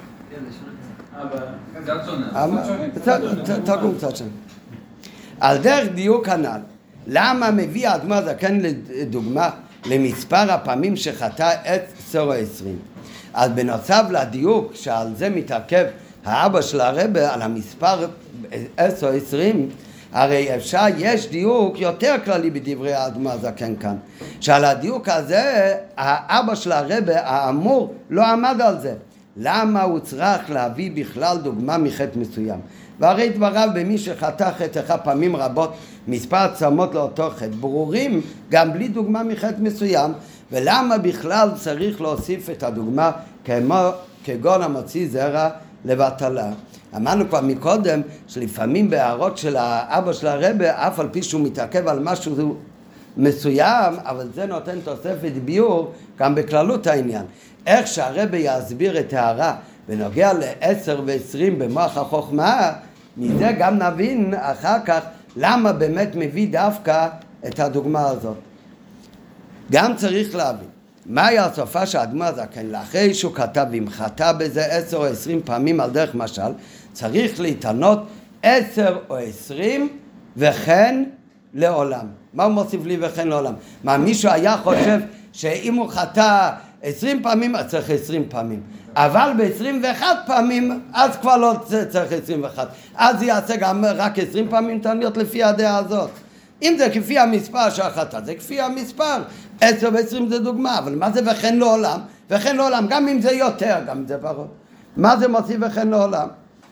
אחר. תרגום קצת שם. על דרך דיוק הנ"ל, למה מביא האדמו"ר הזקן לדוגמה למספר הפעמים שחטא 10 או 20? אז בנוסף לדיוק שעל זה מתעכב האבא של הרב על המספר 10 או 20, הרי אפשר, יש דיוק יותר כללי בדברי האדמו"ר הזקן כאן, שעל הדיוק הזה האבא של הרב האמור לא עמד על זה. למה הוא צריך להביא בכלל דוגמה מחטא מסוים? והרי דבריו במי שחטא חטא אחד פעמים רבות מספר צמות לאותו חטא ברורים גם בלי דוגמה מחטא מסוים, ולמה בכלל צריך להוסיף את הדוגמה כגון המוציא זרע לבטלה? אמרנו כבר מקודם שלפעמים בהערות של האבא של הרב, אף על פי שהוא מתעכב על משהו מסוים, אבל זה נותן תוספת ביור גם בכללות העניין. איך שהרב יסביר את הערה בנוגע ל10 ו-20 במוח החוכמה, מזה גם נבין אחר כך למה באמת מביא דווקא את הדוגמה הזאת. גם צריך להבין מהי הסופה שהאדמו"ר הזקן, לאחרי שהוא כתב אם חטא בזה 10 או 20 פעמים על דרך משל, צריך להתענות 10 או 20 וכן לעולם. מה הוא מוסיף לי וכן לעולם? מה, מישהו היה חושב שאם הוא חטא 20 פעמים אז צריך 20 פעמים, אבל ב-21 פעמים אז כבר לא צריך 21, אז יעשה גם רק 20 פעמים תעניות לפי הדעה הזאת. אם זה כפי המספר שהחטא, זה כפי המספר. 10 ו-20 זה דוגמה, אבל מה זה וכן לעולם? וכן לעולם, גם אם זה יותר, גם אם זה פחות. מה זה מוסיף וכן לעולם?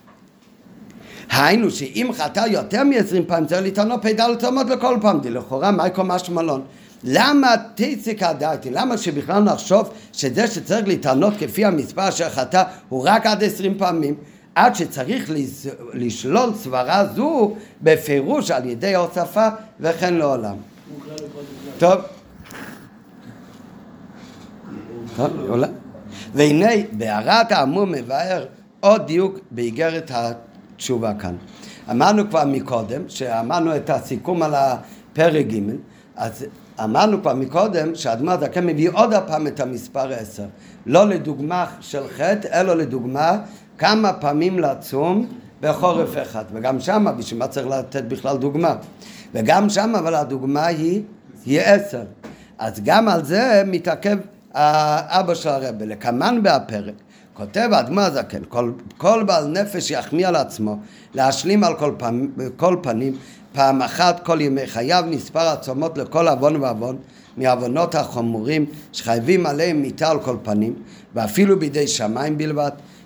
היינו שאם חטא יותר מ-20 פעמים, צריך להתענות פ"ד צומות לכל פעם. לכאורה, מה יקום משמלון? למה תסיק הדעתי? למה שבכלל נחשוב שזה שצריך להתענות כפי המספר שהחטא הוא רק עד 20 פעמים? עד שצריך לשלול סברה זו בפירוש על ידי הוספה וכן לעולם. טוב. והנה בהערת האמור מבאר עוד דיוק באיגרת התשובה כאן. אמרנו כבר מקודם, שאמרנו את הסיכום על הפרק ג', אז אמרנו כבר מקודם שהאדמו"ר הזקן מביא עוד הפעם את המספר 10, לא לדוגמה של חטא, אלא לדוגמה כמה פעמים לצום בחורף אחד, וגם שם בשביל מה צריך לתת בכלל דוגמה, וגם שם אבל הדוגמה היא 10. אז גם על זה מתעכב האבא של הרב. לקמן בהפרק כותב האדמו"ר הזקן, כל בעל נפש יחמיא על עצמו להשלים על כל פנים פעם אחת כל ימי חייו מספר הצומות לכל עוון ועוון מעוונות החמורים שחייבים עליהם מיתה על כל פנים, ואפילו בידי שמיים בלבד,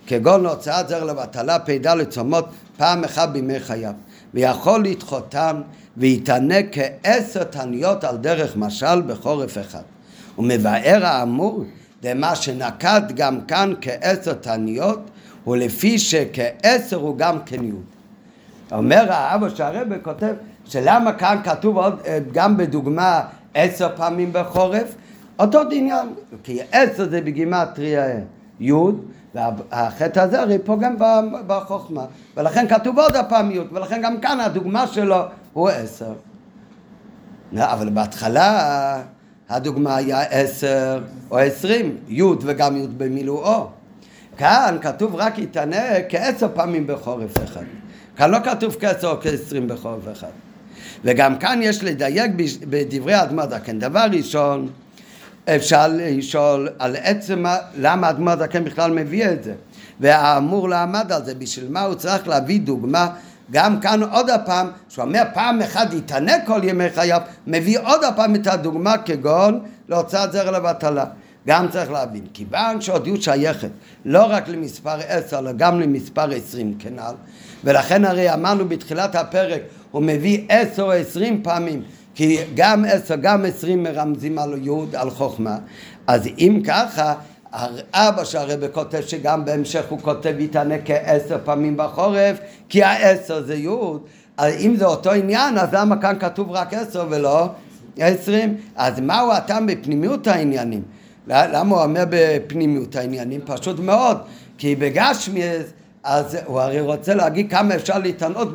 כגון הוצאת זרע לבטלה פדה לצומות פעם אחת בימי חייו, ויכול לדחותם ויתענה כ10 תעניות על דרך משל בחורף אחד. ומבאר האמור דמה שנקט גם כאן כ10 תעניות, ולפי שכ10 הוא גם כן יוד. אומר האבא שהרבא כותב שלמה כאן כתוב עוד גם בדוגמה 10 פעמים בחורף, אותו דניין, כי 10 זה בגימטריה יוד, והחטא הזה הרי פוגם בחוכמה, ולכן כתוב עוד הפעם יוד, ולכן גם כאן הדוגמה שלו הוא 10. אבל בהתחלה הדוגמה היה 10 או 20, יוד וגם יוד במילואו. כאן כתוב רק יתענה כ10 פעמים בחורף אחד. כאן לא כתוב כ10 או כ20 בחורף אחד. וגם כאן יש לדייק בדברי האדמו"ר הזקן. דבר ראשון, אפשר לשאול על עצם למה האדמו"ר הזקן בכלל מביא את זה, והאמור לעמד על זה, בשביל מה הוא צריך להביא דוגמה. גם כאן עוד הפעם, שהוא אומר פעם אחד יתענה כל ימי חייו, מביא עוד הפעם את הדוגמה כגון להוצאת זרע לבטלה. גם צריך להבין, כיוון שהודיות שייכת לא רק למספר 10, אלא גם למספר 20 כנ"ל, ולכן הרי אמרנו בתחילת הפרק, הוא מביא 10 או 20 פעמים, כי גם 10 גם 20 מרמזים על יוד, על חוכמה. אז אם ככה, אבא שהרבא כותב שגם בהמשך הוא כותב יתענה כ10 פעמים בחורף, כי 10 זה יוד. אז אם זה אותו עניין, אז למה כאן כתוב רק 10 ולא 20? אז מהו הטעם בפנימיות העניינים? למה הוא אומר בפנימיות העניינים? פשוט מאוד, כי בגשמי אז הוא הרי רוצה להגיד כמה אפשר להתענות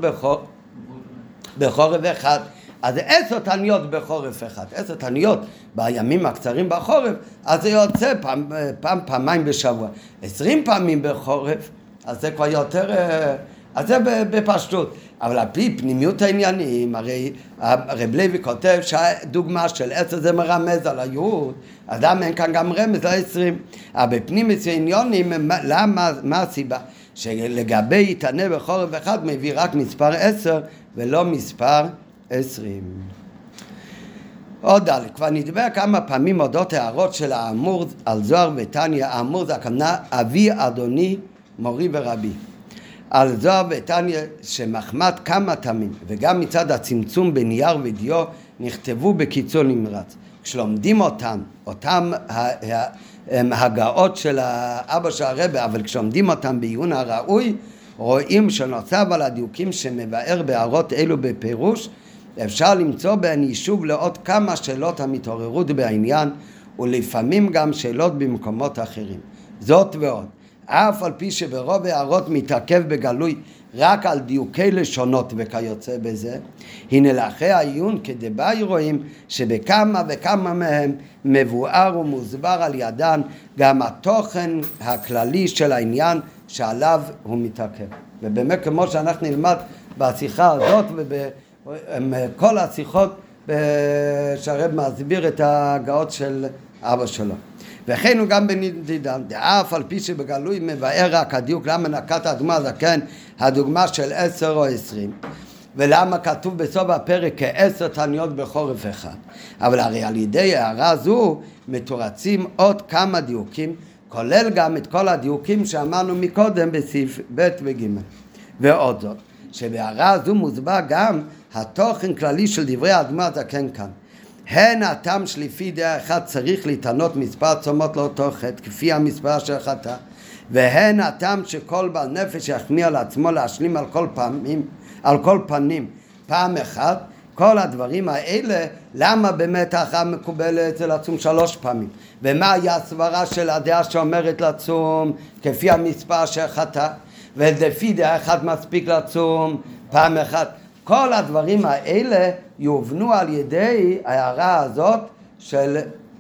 בחורף אחד. אז 10 תעניות בחורף אחד, 10 תעניות בימים הקצרים בחורף, אז זה יוצא פעמיים בשבוע. 20 פעמים בחורף, אז זה כבר יותר, אז זה בפשטות. אבל על פי פנימיות העניינים, הרי רב לוי כותב שהדוגמה של 10 זה מרמז על היוד, אדם אין כאן גם רמז ל-20. אבל בפנימיות העניינים, למה, מה הסיבה? שלגבי יתענה בחורף אחד מביא רק מספר 10 ולא מספר 20. עוד ד' כבר נדבר כמה פעמים אודות הערות של האמור על זוהר ותניא. האמור זה הכוונה אבי אדוני מורי ורבי. על זוהר ותניא שמחמת כמה תמים וגם מצד הצמצום בנייר ודיו נכתבו בקיצור נמרץ. כשלומדים אותם הגאות של האבא של הרבא, אבל כשלומדים אותם בעיון הראוי, רואים שנוסף על הדיוקים שמבאר בהערות אלו בפירוש, אפשר למצוא בהן יישוב לעוד כמה שאלות המתעוררות בעניין, ולפעמים גם שאלות במקומות אחרים. זאת ועוד, אף על פי שברוב הערות מתעכב בגלוי רק על דיוקי לשונות וכיוצא בזה, הנה לאחרי העיון כדבעי רואים שבכמה וכמה מהם מבואר ומוסבר על ידן גם התוכן הכללי של העניין שעליו הוא מתעכב. ובאמת כמו שאנחנו נלמד בשיחה הזאת ובכל השיחות שהרב מסביר את ההגאות של אבא שלו. וכן הוא גם בנדידן, אף על פי שבגלוי מבאר רק הדיוק למה נקט הדוגמה הזקן, הדוגמה של 10 או 20, ולמה כתוב בסוף הפרק כ10 תעניות בחורף אחד. אבל הרי על ידי הערה זו מתורצים עוד כמה דיוקים, כולל גם את כל הדיוקים שאמרנו מקודם בסעיף ב' וג'. ועוד זאת, שבהערה זו מוסבר גם התוכן כללי של דברי האדמו"ר הזקן כאן. הן הטעם שלפי דעה אחת צריך להתענות מספר צומות לאותו חטא כפי המספר של חטא, והן הטעם שכל בעל נפש יחמיא על עצמו להשלים על כל פנים פעם אחת. כל הדברים האלה, למה באמת ההכרעה מקובלת זה לצום 3 פעמים, ומה היה הסברה של הדעה שאומרת לצום כפי המספר של חטא, ולפי דעה אחת מספיק לצום פעם אחת. כל הדברים האלה יובנו על ידי ההערה הזאת של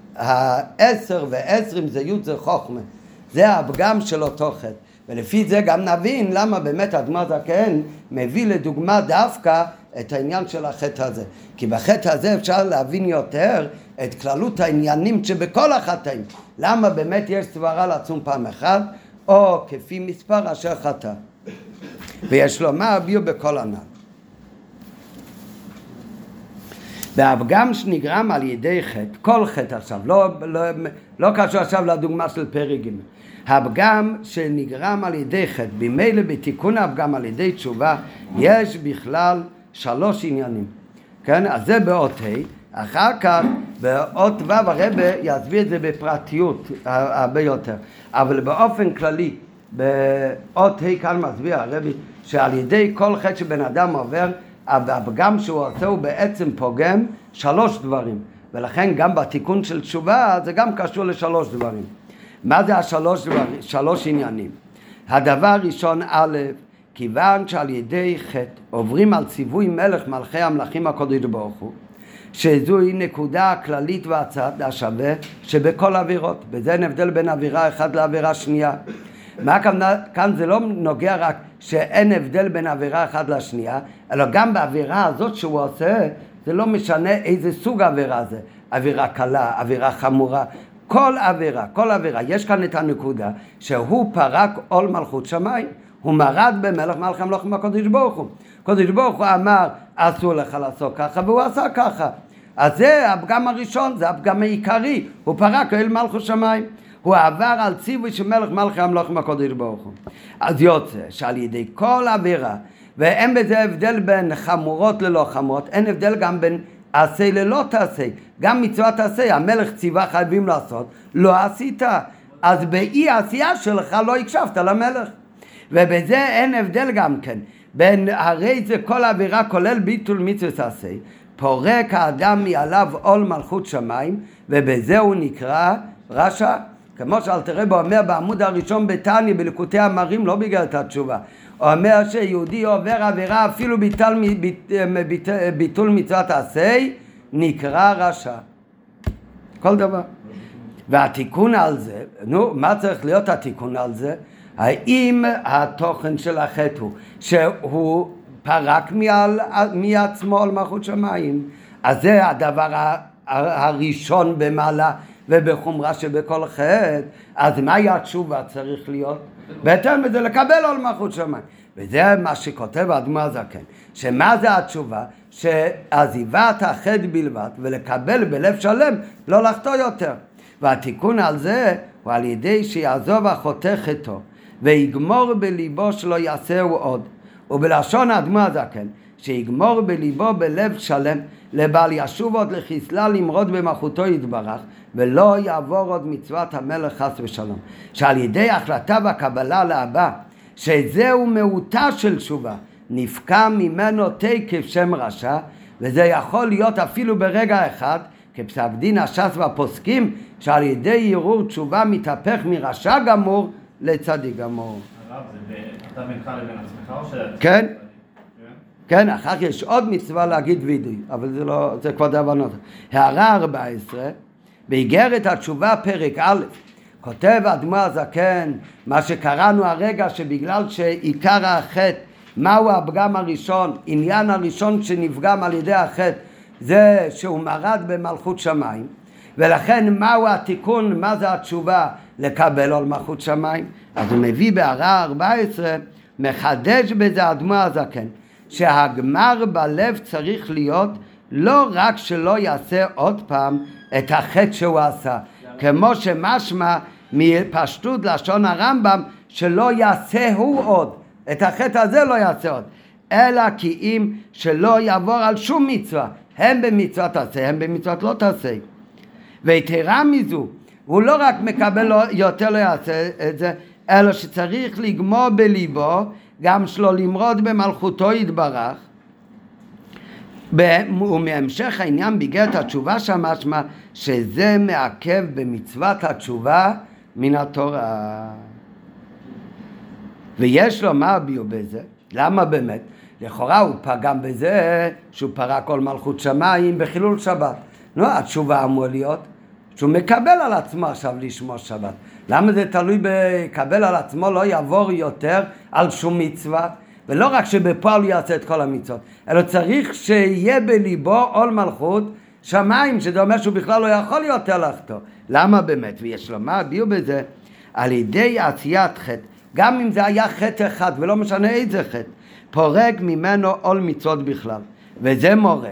10 ו-20 זה י' זה חוכמה, זה הפגם של אותו חטא. ולפי זה גם נבין למה באמת האדמו"ר הזקן מביא לדוגמה דווקא את העניין של החטא הזה, כי בחטא הזה אפשר להבין יותר את כללות העניינים שבכל החטאים, למה באמת יש סברה לצום פעם אחת או כפי מספר אשר חטא, ויש לומר ביו בכל הנ"ל. והפגם שנגרם על ידי חטא, כל חטא עכשיו, לא קשור עכשיו לדוגמה של פרק ג', הפגם שנגרם על ידי חטא, במילא בתיקון הפגם על ידי תשובה, יש בכלל 3 עניינים. כן? אז זה באות ה', אחר כך באות ו' הרב יסביר את זה בפרטיות הרבה יותר. אבל באופן כללי, באות ה' כאן מסביר הרב שעל ידי כל חטא שבן אדם עובר, הפגם שהוא עושה הוא בעצם פוגם 3 דברים. ולכן גם בתיקון של תשובה זה גם קשור ל3 דברים. מה זה 3 עניינים? הדבר ראשון א', כיוון שעל ידי חטא עוברים על ציווי מלך מלכי המלכים הקודש ברוך הוא, שזוהי נקודה כללית והצד השווה שבכל עבירות, וזה נבדל בין עבירה אחת לעבירה שנייה. מה הכוונה? כאן זה לא נוגע רק שאין הבדל בין עבירה אחת לשנייה, אלא גם בעבירה הזאת שהוא עושה, זה לא משנה איזה סוג עבירה זה, עבירה קלה, עבירה חמורה, כל עבירה, יש כאן את הנקודה שהוא פרק עול מלכות שמיים, הוא מרד במלך מלכי המלכים הקודש ברוך הוא. הקודש ברוך הוא אמר אסור לך לעשות ככה והוא עשה ככה. אז זה הפגם הראשון, זה הפגם העיקרי, הוא פרק עול מלכות שמיים. הוא עבר על ציווי של מלך מלכי המלכים הקודש ברוך הוא. אז יוצא שעל ידי כל עבירה, ואין בזה הבדל בין חמורות ללא חמורות, אין הבדל גם בין עשה ללא תעשה. גם מצוות תעשה, המלך ציווה חייבים לעשות, לא עשית. אז באי העשייה שלך לא הקשבת למלך. ובזה אין הבדל גם כן. בין הרי זה כל עבירה כולל ביטול מצוות תעשה. פורק האדם מעליו עול מלכות שמיים, ובזה הוא נקרא רשע. כמו שאלתר רבי אומר בעמוד הראשון בתניא בליקוטי המרים, לא בגלל את התשובה. הוא אומר שיהודי עובר עבירה אפילו ביטול מצוות עשה, נקרא רשע. כל דבר. והתיקון על זה, מה צריך להיות התיקון על זה? האם התוכן של החטא הוא שהוא פרק מעצמו על מלכות שמיים? אז זה הדבר הראשון במעלה ובחומרה שבכל חטא. אז מהי התשובה צריך להיות? בהתאם לזה לקבל על מלכות שמיים. וזה מה שכותב האדמו"ר הזקן, שמה זה התשובה? שעזיבת החטא בלבד ולקבל בלב שלם, לא לחטוא יותר. והתיקון על זה הוא על ידי שיעזוב החוטא חטאו ויגמור בליבו שלא יעשהו עוד. ובלשון האדמו"ר הזקן, שיגמור בליבו בלב שלם, לבל ישוב עוד לחיסלה למרוד במלכותו יתברך, ולא יעבור עוד מצוות המלך חס ושלום. שעל ידי החלטה והקבלה להבא, שזהו מהותה של תשובה, נפקע ממנו תקף שם רשע, וזה יכול להיות אפילו ברגע אחד, כפסק דין הש"ס והפוסקים, שעל ידי ערעור תשובה מתהפך מרשע גמור לצדיק גמור. הרב, זה אתה בינך לבין עצמך או שאתה... כן? כן, אחר כך יש עוד מצווה להגיד וידוי, אבל זה לא, זה כבר דבר נותר. הערה 14, באיגרת התשובה פרק א', כותב האדמו"ר הזקן, מה שקראנו הרגע שבגלל שעיקר החטא, מהו הפגם הראשון, עניין הראשון שנפגם על ידי החטא, זה שהוא מרד במלכות שמיים, ולכן מהו התיקון, מה זה התשובה לקבל על מלכות שמיים? אז הוא מביא בהערה 14, מחדש בזה האדמו"ר הזקן, שהגמר בלב צריך להיות לא רק שלא יעשה עוד פעם את החטא שהוא עשה, כמו שמשמע מפשטות לשון הרמב"ם שלא יעשה הוא עוד, את החטא הזה לא יעשה עוד, אלא כי אם שלא יעבור על שום מצווה, הם במצוות תעשה, הם במצוות לא תעשה. ויתרה מזו, הוא לא רק מקבל יותר לא יעשה את זה, אלא שצריך לגמור בליבו גם שלא למרוד במלכותו יתברך. ומהמשך העניין באיגרת התשובה שמשמע שזה מעכב במצוות התשובה מן התורה. ויש לו מה הביאו בזה? למה באמת? לכאורה הוא פגם בזה שהוא פרק כל מלכות שמיים בחילול שבת. התשובה אמור להיות שהוא מקבל על עצמו עכשיו לשמור שבת. למה זה תלוי בקבל על עצמו לא יעבור יותר על שום מצווה? ולא רק שבפועל הוא יעשה את כל המצוות, אלא צריך שיהיה בליבו עול מלכות שמיים, שזה אומר שהוא בכלל לא יכול יותר לחטוא. למה באמת? ויש לו מה הביאו בזה? על ידי עשיית חטא, גם אם זה היה חטא אחד ולא משנה איזה חטא, פורק ממנו עול מצוות בכלל. וזה מורה,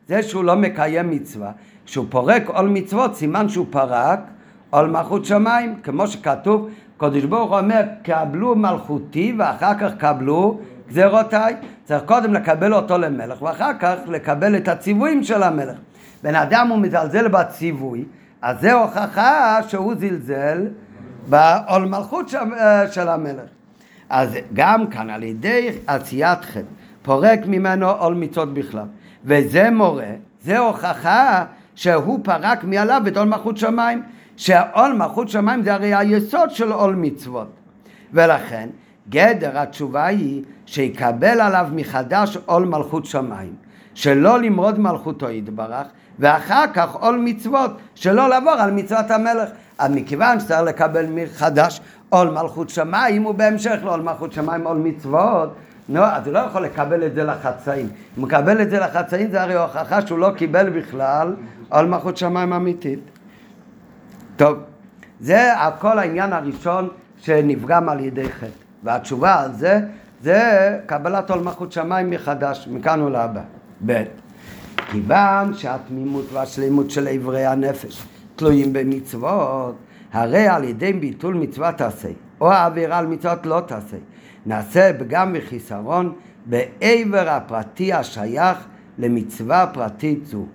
זה שהוא לא מקיים מצווה. כשהוא פורק עול מצוות, סימן שהוא פרק עול מלכות שמיים, כמו שכתוב, קדוש ברוך הוא אומר, קבלו מלכותי ואחר כך קבלו גזירותיי. צריך קודם לקבל אותו למלך ואחר כך לקבל את הציוויים של המלך. בן אדם הוא מזלזל בציווי, אז זה הוכחה שהוא זלזל בעול מלכות של המלך. אז גם כאן על ידי עשיית חטא פורק ממנו עול מצוות בכלל, וזה מורה, זה הוכחה שהוא פרק מעליו את עול מלכות שמיים, שהעול מלכות שמיים זה הרי היסוד של עול מצוות, ולכן גדר התשובה היא שיקבל עליו מחדש עול מלכות שמיים, שלא למרוד מלכותו יתברך, ואחר כך עול מצוות, שלא לעבור על מצוות המלך. אז מכיוון שצריך לקבל מחדש עול מלכות שמיים, ובהמשך לעול מלכות שמיים עול מצוות, אז הוא לא יכול לקבל את זה לחצאים. אם הוא מקבל את זה לחצאים, זה הרי הוכחה שהוא לא קיבל בכלל עול מלכות שמיים אמיתית. טוב, זה כל העניין הראשון שנפגם על ידי חטא. והתשובה על זה, זה קבלת עול מלכות שמיים מחדש, מכאן ולהבא. ב' כיוון שהתמימות והשלימות של איברי הנפש תלויים במצוות, הרי על ידי ביטול מצוות תעשה, או העבירה על מצוות לא תעשה, נעשה פגם וחיסרון באיבר הפרטי השייך למצווה פרטית זו.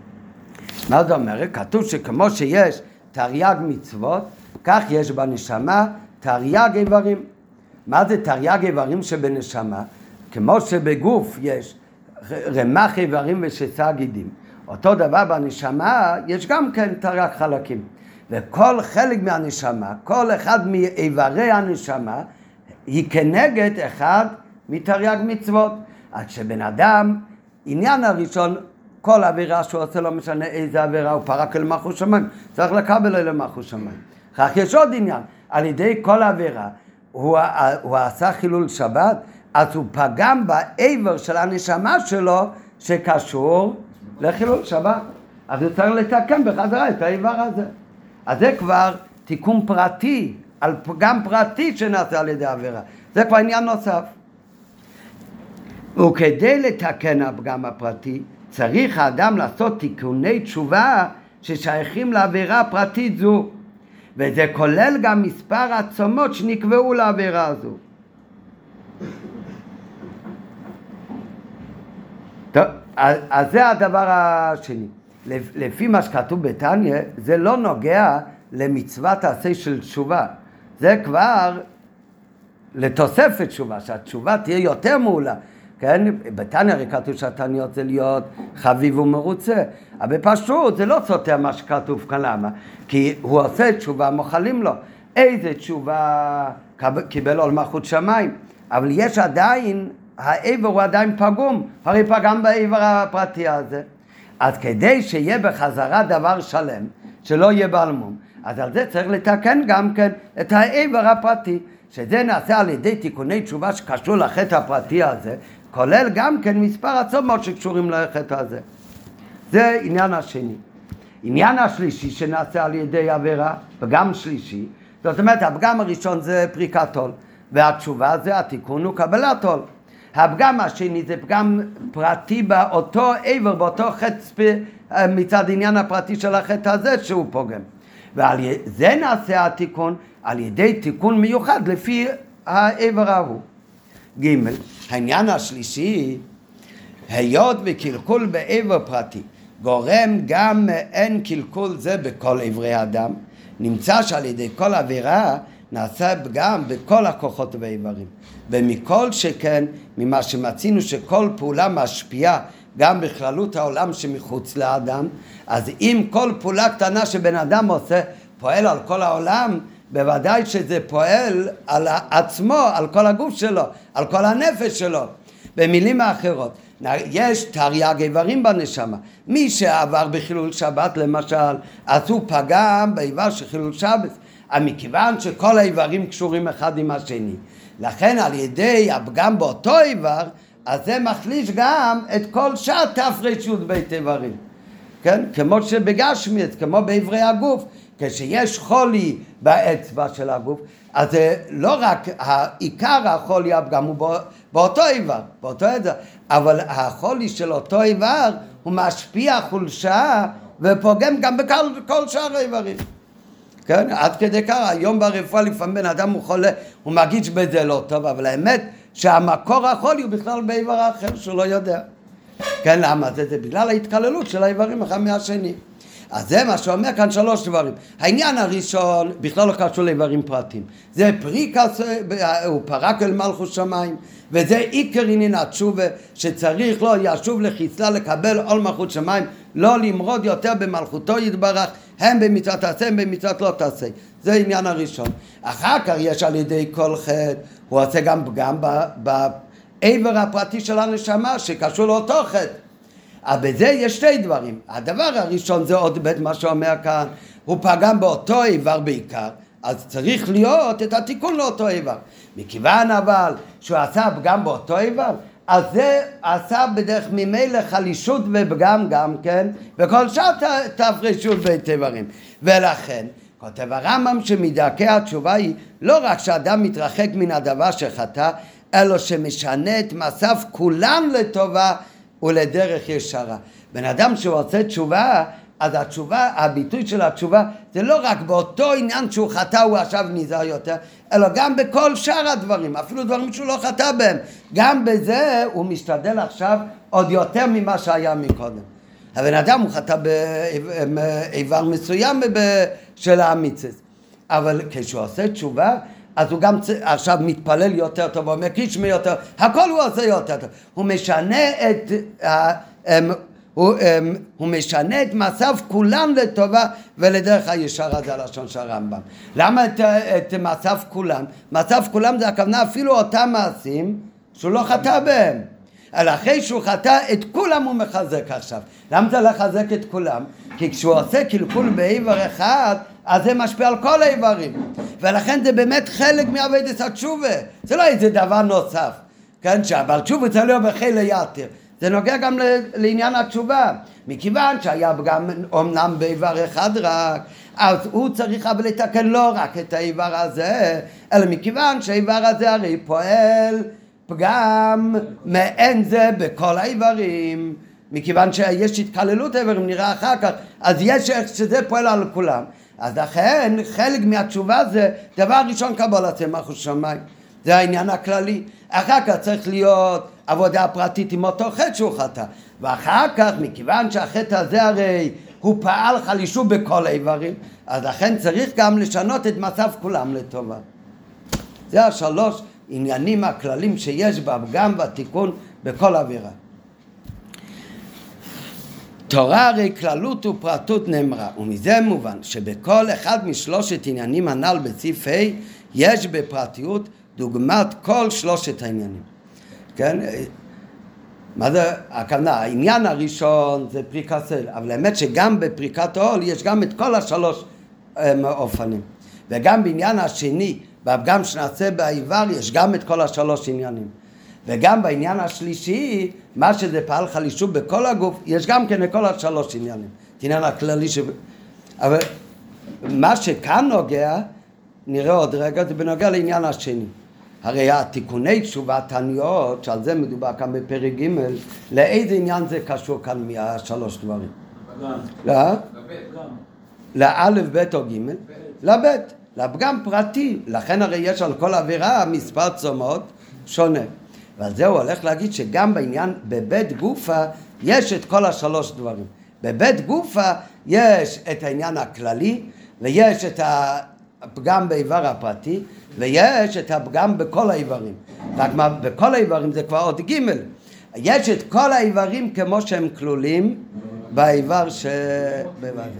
מה זאת אומרת? כתוב שכמו שיש תרי"ג מצוות, כך יש בנשמה תרי"ג איברים. מה זה תרי"ג איברים שבנשמה? כמו שבגוף יש רמ"ח איברים ושישה גידים, אותו דבר בנשמה יש גם כן תרי"ג חלקים, וכל חלק מהנשמה, כל אחד מאיברי הנשמה היא כנגד אחד מתרי"ג מצוות. אז כשבן אדם, עניין הראשון, כל עבירה שהוא עושה, לא משנה איזה עבירה, הוא פרק אל מלכות שמיים, צריך לקבל אל מלכות שמיים. כך יש עוד עניין, על ידי כל עבירה הוא עשה חילול שבת, אז הוא פגם באיבר של הנשמה שלו שקשור לחילול שבת, אז הוא צריך לתקן בחזרה את האיבר הזה. אז זה כבר תיקון פרטי, על פגם פרטי שנעשה על ידי עבירה, זה כבר עניין נוסף. וכדי לתקן הפגם הפרטי צריך האדם לעשות תיקוני תשובה ששייכים לעבירה פרטית זו, וזה כולל גם מספר עצומות שנקבעו לעבירה הזו. טוב, אז זה הדבר השני. לפי מה שכתוב בתניא, זה לא נוגע למצוות עשה של תשובה. זה כבר לתוספת תשובה, שהתשובה תהיה יותר מעולה. כן? בתניא הרי כתוב שהתניות זה להיות חביב ומרוצה. אבל פשוט זה לא סותר מה שכתוב כאן. למה? כי הוא עושה תשובה, מוחלים לו. איזה תשובה קיבל עול מלכות שמיים? אבל יש עדיין, העבר הוא עדיין פגום, הרי פגם בעבר הפרטי הזה. אז כדי שיהיה בחזרה דבר שלם, שלא יהיה בלמום, אז על זה צריך לתקן גם כן את העבר הפרטי, שזה נעשה על ידי תיקוני תשובה שקשור לחטא הפרטי הזה, כולל גם כן מספר עצומות שקשורים לחטא הזה. זה עניין השני. עניין השלישי שנעשה על ידי עבירה, פגם שלישי, זאת אומרת הפגם הראשון זה פריקת עול, והתשובה זה התיקון הוא קבלת עול. הפגם השני זה פגם פרטי באותו עבר, באותו חטא מצד עניין הפרטי של החטא הזה שהוא פוגם. ועל זה נעשה התיקון על ידי תיקון מיוחד לפי העבר ההוא. ג' העניין השלישי, היות וקלקול בעבר פרטי גורם גם אין קלקול זה בכל עברי האדם, נמצא שעל ידי כל עבירה נעשה פגם בכל הכוחות והאיברים, ומכל שכן ממה שמצינו שכל פעולה משפיעה גם בכללות העולם שמחוץ לאדם. אז אם כל פעולה קטנה שבן אדם עושה פועל על כל העולם, בוודאי שזה פועל על עצמו, על כל הגוף שלו, על כל הנפש שלו. במילים האחרות, יש תרי"ג איברים בנשמה. מי שעבר בחילול שבת למשל, אז הוא פגם באיבר של חילול שבת. מכיוון שכל האיברים קשורים אחד עם השני, לכן על ידי הפגם באותו איבר, אז זה מחליש גם את כל שאר תפריש בית איברים. כן? כמו שבגשמיץ, כמו באיברי הגוף, כשיש חולי באצבע של הגוף, אז לא רק העיקר החולי הפגם הוא באותו איבר, באותו איבר, אבל החולי של אותו איבר הוא משפיע חולשה ופוגם גם בכל שאר האיברים. כן? עד כדי כך, היום ברפואה לפעמים בן אדם הוא חולה, הוא מרגיש בזה לא טוב, אבל האמת שהמקור החולי הוא בכלל באיבר אחר שהוא לא יודע. כן, למה? זה בגלל ההתקללות של האיברים אחד מהשני. אז זה מה שאומר כאן 3 דברים. העניין הראשון בכלל לא קשור לאיברים פרטיים. זה פריקס, הוא פרק אל מלכות שמיים, וזה עיקר עניין התשובה, שצריך לא ישוב לחיסלה לקבל עול מלכות שמיים, לא למרוד יותר במלכותו יתברך, הם במצוות תעשה, הם במצוות לא תעשה. זה העניין הראשון. אחר כך יש על ידי כל חטא, הוא עושה גם פגם בעבר הפרטי של הנשמה, שקשור לאותו חטא. אבל בזה יש 2 דברים. הדבר הראשון זה עוד בית מה שאומר כאן, הוא פגם באותו איבר בעיקר, אז צריך להיות את התיקון לאותו איבר. מכיוון אבל שהוא עשה פגם באותו איבר, אז זה עשה בדרך ממילא חלישות ופגם גם כן, וכל שעה תפרשות בית איברים. ולכן, כותב הרמב"ם שמדרכי התשובה היא לא רק שאדם מתרחק מן הדבר שחטא, אלא שמשנה את מעשיו כולן לטובה ולדרך ישרה. בן אדם שעושה תשובה, אז התשובה, הביטוי של התשובה, זה לא רק באותו עניין שהוא חטא הוא עכשיו נזהר יותר, אלא גם בכל שאר הדברים, אפילו דברים שהוא לא חטא בהם. גם בזה הוא משתדל עכשיו עוד יותר ממה שהיה מקודם. הבן אדם הוא חטא באיבר מסוים של האמיצס, אבל כשהוא עושה תשובה, אז הוא גם עכשיו מתפלל יותר טוב, הוא מקיש מיותר, הכל הוא עושה יותר טוב. הוא משנה את מעשיו כולם לטובה ולדרך הישרה, זה הלשון של הרמב"ם. למה את מעשיו כולם? מעשיו כולם זה הכוונה אפילו אותם מעשים שהוא לא חטא בהם. אלא אחרי שהוא חטא את כולם הוא מחזק עכשיו. למה זה לחזק את כולם? כי כשהוא עושה קלקול באיבר אחד, אז זה משפיע על כל האיברים. ולכן זה באמת חלק מעבודת התשובה. זה לא איזה דבר נוסף. כן, אבל תשובה צריך להיות בחיל היתר. זה נוגע גם לעניין התשובה. מכיוון שהיה גם אומנם באיבר אחד רק, אז הוא צריך אבל לתקן לא רק את האיבר הזה, אלא מכיוון שהאיבר הזה הרי פועל פגם מעין זה בכל האיברים. מכיוון שיש התקללות האיברים, נראה אחר כך, אז יש איך שזה פועל על כולם. אז לכן חלק מהתשובה זה דבר ראשון קבלת מלכות שמיים. זה העניין הכללי. אחר כך צריך להיות עבודה פרטית עם אותו חטא שהוא חטא. ואחר כך, מכיוון שהחטא הזה הרי הוא פעל חלישות בכל האיברים, אז לכן צריך גם לשנות את מצב כולם לטובה. זה 3 עניינים הכללים שיש בפגם והתיקון בכל עבירה. תורה הרי כללות ופרטות נאמרה, ומזה מובן שבכל אחד מ3 עניינים הנ"ל בסעיף ה' יש בפרטיות דוגמת כל 3 העניינים. כן? מה זה הכוונה? העניין הראשון זה פריקת אל, אבל האמת שגם בפריקת העול יש גם את כל 3 אופנים. וגם בעניין השני, בפגם שנעשה באיבר, יש גם את כל 3 עניינים. וגם בעניין השלישי, מה שזה פעל חלישות בכל הגוף, יש גם כן את כל 3 עניינים. את העניין הכללי אבל מה שכאן נוגע, נראה עוד רגע, זה בנוגע לעניין השני. הרי התיקוני תשובה תניות, שעל זה מדובר כאן בפרק ג', לאיזה עניין זה קשור כאן מה3 דברים? לאלף, בית או ג', לבית, לפגם פרטי. לכן הרי יש על כל עבירה מספר צומות שונה. ועל זה הוא הולך להגיד שגם בעניין בבית גופה יש את כל 3 דברים. בבית גופה יש את העניין הכללי, ויש את הפגם באיבר הפרטי, ויש את הפגם בכל האיברים. רק מה, בכל האיברים זה כבר עוד ג'. יש את כל האיברים כמו שהם כלולים באיבר שבבית.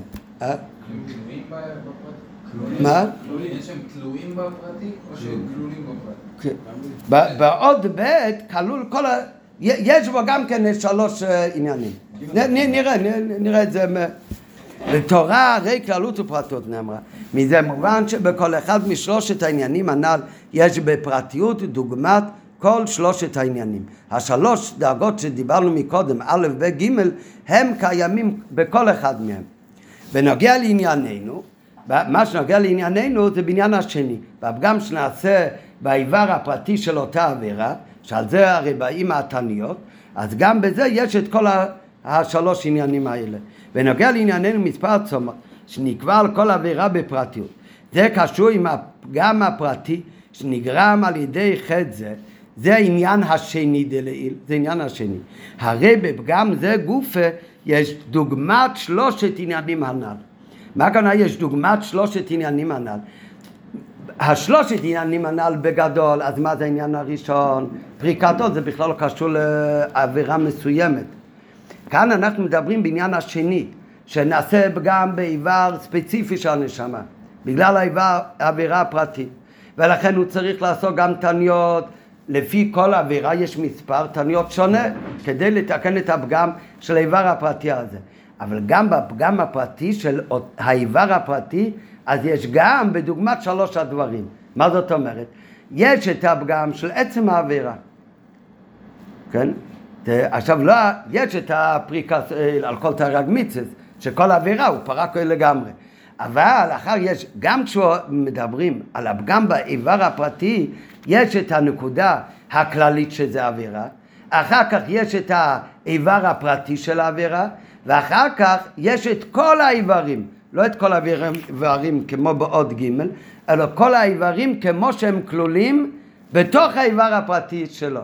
מה? יש הם תלויים בפרטי או שהם כלולים בפרטי? בעוד בית כלול כל יש בו גם כן 3 עניינים. נראה את זה. בתורה הרי כללות ופרטות נאמרה. מזה מובן שבכל אחד מ3 העניינים הנ"ל יש בפרטיות דוגמת כל 3 העניינים. 3 דרגות שדיברנו מקודם, א', ב', ג', הם קיימים בכל אחד מהם. בנוגע לענייננו, מה שנוגע לענייננו זה בעניין השני. בפגם שנעשה באיבר הפרטי של אותה עבירה, שעל זה הרי באים התניות, אז גם בזה יש את כל השלוש עניינים האלה. ונוגע לענייננו מספר צומות שנקבע על כל עבירה בפרטיות. זה קשור עם הפגם הפרטי שנגרם על ידי חטא זה העניין השני דלעיל, זה עניין השני. הרי בפגם זה גופה יש דוגמת שלושת עניינים הנ"ל. מה הכוונה יש דוגמת שלושת עניינים הנ"ל? השלושת עניינים הנ"ל בגדול, אז מה זה העניין הראשון? פריקתו זה בכלל לא קשור לעבירה מסוימת. כאן אנחנו מדברים בעניין השני, שנעשה פגם באיבר ספציפי של הנשמה, בגלל העבירה הפרטית. ולכן הוא צריך לעשות גם תניות, לפי כל עבירה יש מספר תניות שונה, כדי לתקן את הפגם של האיבר הפרטי הזה. אבל גם בפגם הפרטי של האיבר הפרטי, אז יש גם בדוגמת שלוש הדברים. מה זאת אומרת? יש את הפגם של עצם העבירה. כן? עכשיו לא, יש את הפריקה על כל תרי"ג מצוות, שכל עבירה הוא פרק לגמרי. אבל אחר יש, גם כשמדברים על הפגם באיבר הפרטי, יש את הנקודה הכללית שזה עבירה, אחר כך יש את האיבר הפרטי של העבירה, ואחר כך יש את כל האיברים, לא את כל האיברים כמו בעוד ג', אלא כל האיברים כמו שהם כלולים בתוך האיבר הפרטי שלו.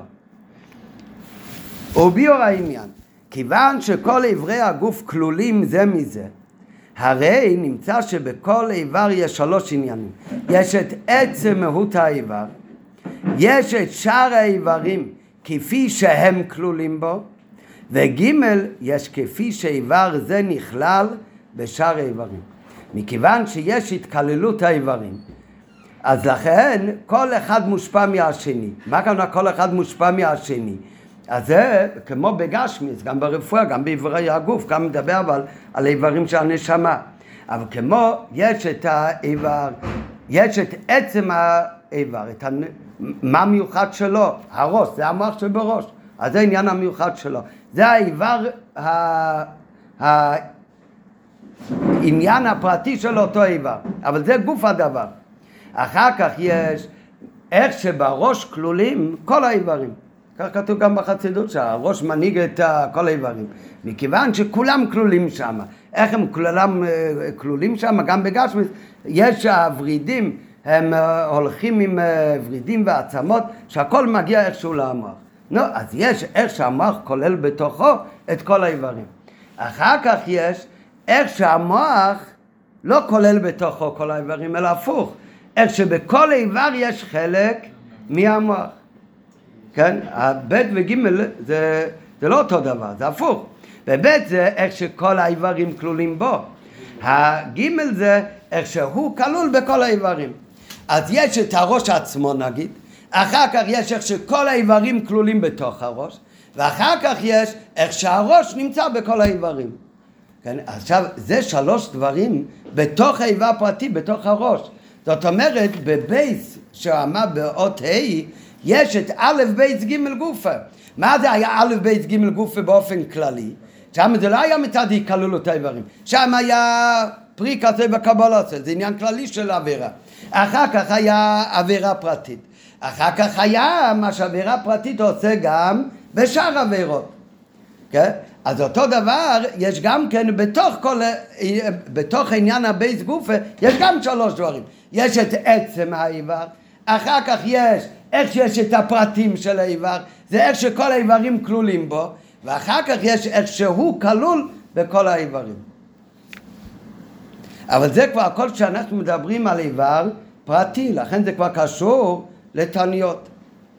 וביאור העניין, כיוון שכל איברי הגוף כלולים זה מזה, הרי נמצא שבכל איבר יש שלוש עניינים. יש את עצם מהות האיבר, יש את שאר האיברים כפי שהם כלולים בו, וגימל יש כפי שאיבר זה נכלל בשאר האיברים. מכיוון שיש התכללות האיברים, אז לכן כל אחד מושפע מהשני. מה כמובן כל אחד מושפע מהשני? אז זה כמו בגשמיס, גם ברפואה, גם באיברי הגוף, גם מדבר אבל על האיברים של הנשמה. אבל כמו יש את האיבר, יש את עצם האיבר, מה המיוחד שלו? הראש, זה המוח שבראש. אז זה העניין המיוחד שלו. זה האיבר, העניין הפרטי של אותו איבר. אבל זה גוף הדבר. אחר כך יש איך שבראש כלולים כל האיברים. כך כתוב גם בחסידות שהראש מנהיג את כל האיברים. מכיוון שכולם כלולים שם. איך הם כלולים שם? גם בגשמיס יש הוורידים, הם הולכים עם ורידים ועצמות, שהכל מגיע איכשהו למוח. נו, אז יש איך שהמוח כולל בתוכו את כל האיברים. אחר כך יש איך שהמוח לא כולל בתוכו כל האיברים, אלא הפוך. איך שבכל איבר יש חלק מהמוח. כן? הבית וגימל זה לא אותו דבר, זה הפוך. בבית זה איך שכל האיברים כלולים בו. הגימל זה איך שהוא כלול בכל האיברים. אז יש את הראש עצמו נגיד, אחר כך יש איך שכל האיברים כלולים בתוך הראש, ואחר כך יש איך שהראש נמצא בכל האיברים. כן? עכשיו זה שלוש דברים בתוך האיבר פרטי, בתוך הראש. זאת אומרת בבייס שעמד באות ה' יש את א' בייס ג' גופה. מה זה היה א' בייס ג' גופה באופן כללי? שם זה לא היה מצד כללות האיברים. שם היה פרי כזה בקבלה, זה עניין כללי של עבירה. אחר כך היה עבירה פרטית. אחר כך היה מה שעבירה פרטית עושה גם בשאר עבירות. כן? אז אותו דבר יש גם כן בתוך עניין הבייס גופה, יש גם שלוש דברים. יש את עצם האיבר, אחר כך יש איך שיש את הפרטים של האיבר, זה איך שכל האיברים כלולים בו, ואחר כך יש איך שהוא כלול בכל האיברים. אבל זה כבר הכל שאנחנו מדברים על איבר פרטי, לכן זה כבר קשור לתניות.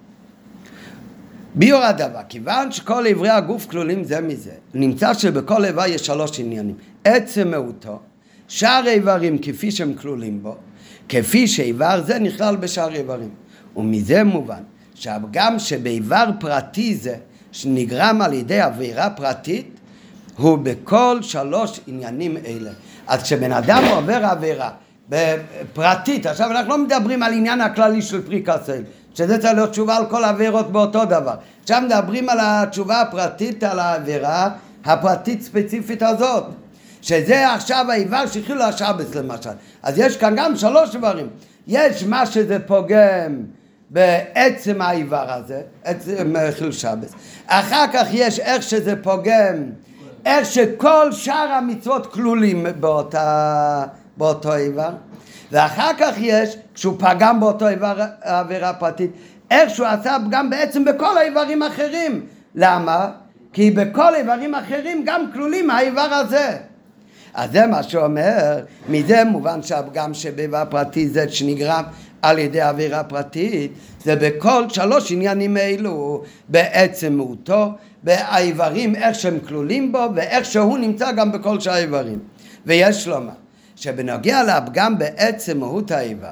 ביור הדבר, כיוון שכל איברי הגוף כלולים זה מזה, נמצא שבכל איבר יש שלוש עניינים. עצם מהותו, שאר האיברים כפי שהם כלולים בו, כפי שאיבר זה נכלל בשאר איברים. ומזה מובן שגם שבאיבר פרטי זה שנגרם על ידי עבירה פרטית, הוא בכל שלוש עניינים אלה. אז כשבן אדם עובר עבירה פרטית, עכשיו אנחנו לא מדברים על עניין הכללי של פרי כסל, שזה צריך להיות תשובה על כל העבירות באותו דבר. עכשיו מדברים על התשובה הפרטית, על העבירה הפרטית ספציפית הזאת, שזה עכשיו האיבר שחילו השבס למשל. אז יש כאן גם שלוש דברים. יש מה שזה פוגם בעצם האיבר הזה, עצם חיל שבס. אחר כך יש איך שזה פוגם איך שכל שאר המצוות כלולים באותו איבר, ואחר כך יש, כשהוא פגם באותו איבר עבירה פרטית, איך שהוא עשה פגם בעצם בכל האיברים האחרים. למה? כי בכל איברים אחרים גם כלולים האיבר הזה. אז זה מה שאומר, מזה מובן שהפגם שבאיבר פרטי זה שנגרם על ידי עבירה פרטית, זה בכל 3 עניינים אלו, בעצם מהותו, באיברים איך שהם כלולים בו, ואיך שהוא נמצא גם בכל שאר האיברים. ויש לומר, שבנוגע לפגם בעצם מהות האיבר,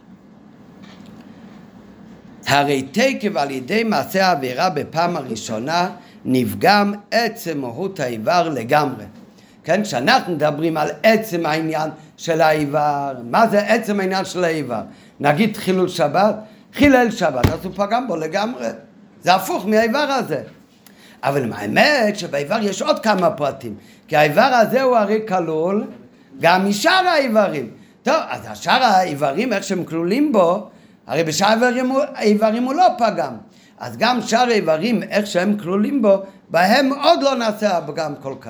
הרי תקף על ידי מעשה העבירה בפעם הראשונה, נפגם עצם מהות האיבר לגמרי. כן, כשאנחנו מדברים על עצם העניין של האיבר, מה זה עצם העניין של האיבר? נגיד חילול שבת, חילל שבת, אז הוא פגם בו לגמרי. זה הפוך מהאיבר הזה. אבל האמת שבאיבר יש עוד כמה פרטים, כי האיבר הזה הוא הרי כלול גם משאר האיברים. טוב, אז השאר האיברים, איך שהם כלולים בו, הרי בשאר האיברים הוא לא פגם. אז גם שאר האיברים, איך שהם כלולים בו, בהם עוד לא נעשה הפגם כל כך.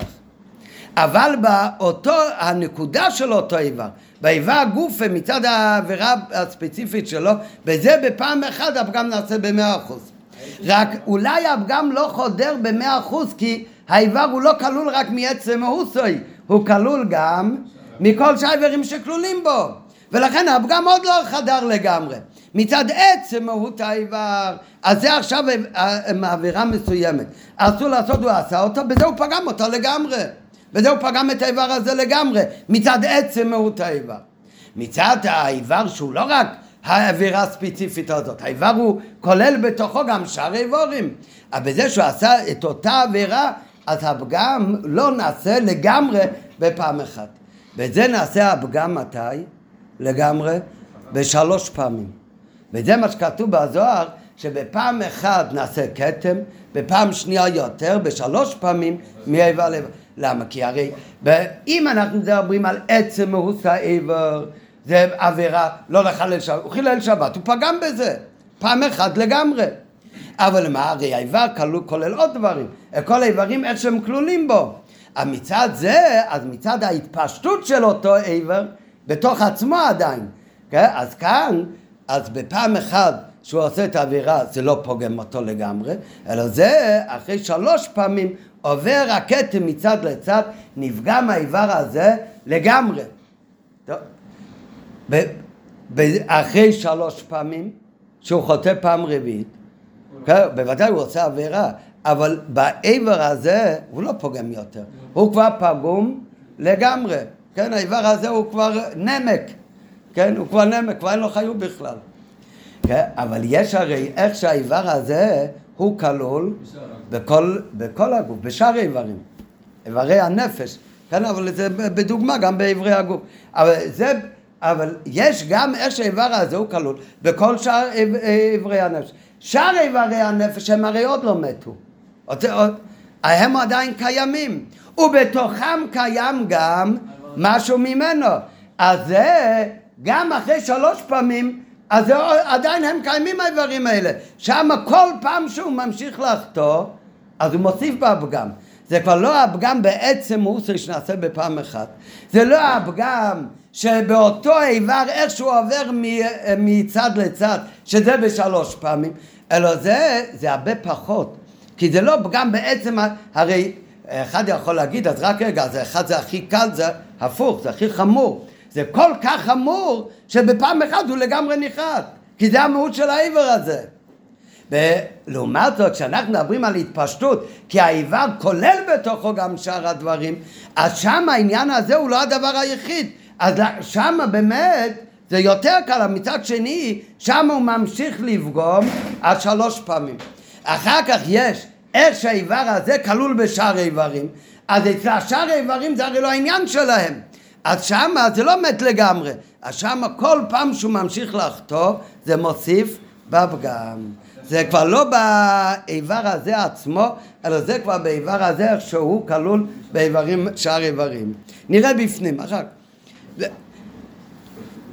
אבל באותו, הנקודה של אותו איבר, באיבר הגוף מצד העבירה הספציפית שלו, בזה בפעם אחת הפגם נעשה ב100%. רק אולי הפגם לא חודר ב100%, כי האיבר הוא לא כלול רק מעצם מהותוי, הוא כלול גם מכל שאר האיברים שכלולים בו. ולכן הפגם עוד לא חדר לגמרי. מצד עצם מהות האיבר, אז זה עכשיו עבירה מסוימת. אסור לעשות, הוא עשה אותו, בזה הוא פגם אותו לגמרי. בזה הוא פגם את האיבר הזה לגמרי, מצד עצם מהות האיבר. מצד האיבר שהוא לא רק העבירה הספציפית הזאת, האיבר הוא כולל בתוכו גם שאר האיברים. אבל בזה שהוא עשה את אותה עבירה, אז הפגם לא נעשה לגמרי בפעם אחת. וזה נעשה הפגם מתי? לגמרי? ב3 פעמים. וזה מה שכתוב בזוהר, שבפעם אחת נעשה כתם, בפעם שנייה יותר, ב3 פעמים מאיבר לאיבר. למה? כי הרי אם אנחנו מדברים על עצם מהות האיבר, זה עבירה לא לחלל שבת, הוא חילל שבת, הוא פגם בזה, פעם אחת לגמרי. אבל מה? הרי האיבר כולל עוד דברים, כל האיברים איך שהם כלולים בו. מצד זה, אז מצד ההתפשטות של אותו איבר, בתוך עצמו עדיין, כן? אז כאן, אז בפעם אחת שהוא עושה את העבירה, זה לא פוגם אותו לגמרי, אלא זה אחרי 3 פעמים עובר הכתם מצד לצד, נפגם האיבר הזה לגמרי. טוב. אחרי 3 פעמים, שהוא חוטא פעם רביעית, כן? בוודאי הוא עושה עבירה, אבל באיבר הזה הוא לא פוגם יותר, הוא כבר פגום לגמרי. כן, האיבר הזה הוא כבר נמק, כן, הוא כבר נמק, כבר אין לו חיות בכלל. כן, אבל יש הרי איך שהאיבר הזה הוא כלול בכל הגוף, בשאר האיברים, איברי הנפש, כן, אבל זה בדוגמה גם באיברי הגוף. אבל יש גם איך שהאיבר הזה הוא כלול בכל שאר איברי הנפש. שאר איברי הנפש הם הרי עוד לא מתו, הם עדיין קיימים, ובתוכם קיים גם משהו ממנו. אז זה גם אחרי 3 פעמים, אז עדיין הם קיימים האיברים האלה. שם כל פעם שהוא ממשיך לחטוא, אז הוא מוסיף בפגם. זה כבר לא הפגם בעצם מוסר שנעשה בפעם אחת. זה לא הפגם שבאותו איבר איך שהוא עובר מצד לצד, שזה ב3 פעמים. אלא זה הרבה פחות. כי זה לא פגם בעצם, הרי אחד יכול להגיד, אז רק רגע, זה הכי קל, זה הפוך, זה הכי חמור. זה כל כך חמור שבפעם אחת הוא לגמרי נחת, כי זה המהות של האיבר הזה. ולעומת זאת, כשאנחנו מדברים על התפשטות, כי האיבר כולל בתוכו גם שאר הדברים, אז שם העניין הזה הוא לא הדבר היחיד. אז שם באמת זה יותר קל, מצד שני, שם הוא ממשיך לפגום עד 3 פעמים. אחר כך יש איך שהאיבר הזה כלול בשאר האיברים, אז אצל שאר האיברים זה הרי לא העניין שלהם. אז שם זה לא מת לגמרי, אז שם כל פעם שהוא ממשיך לחטוא, זה מוסיף בפגם. זה כבר לא באיבר הזה עצמו, אלא זה כבר באיבר הזה איך שהוא כלול באיברים, שאר איברים. נראה בפנים, אחר כך.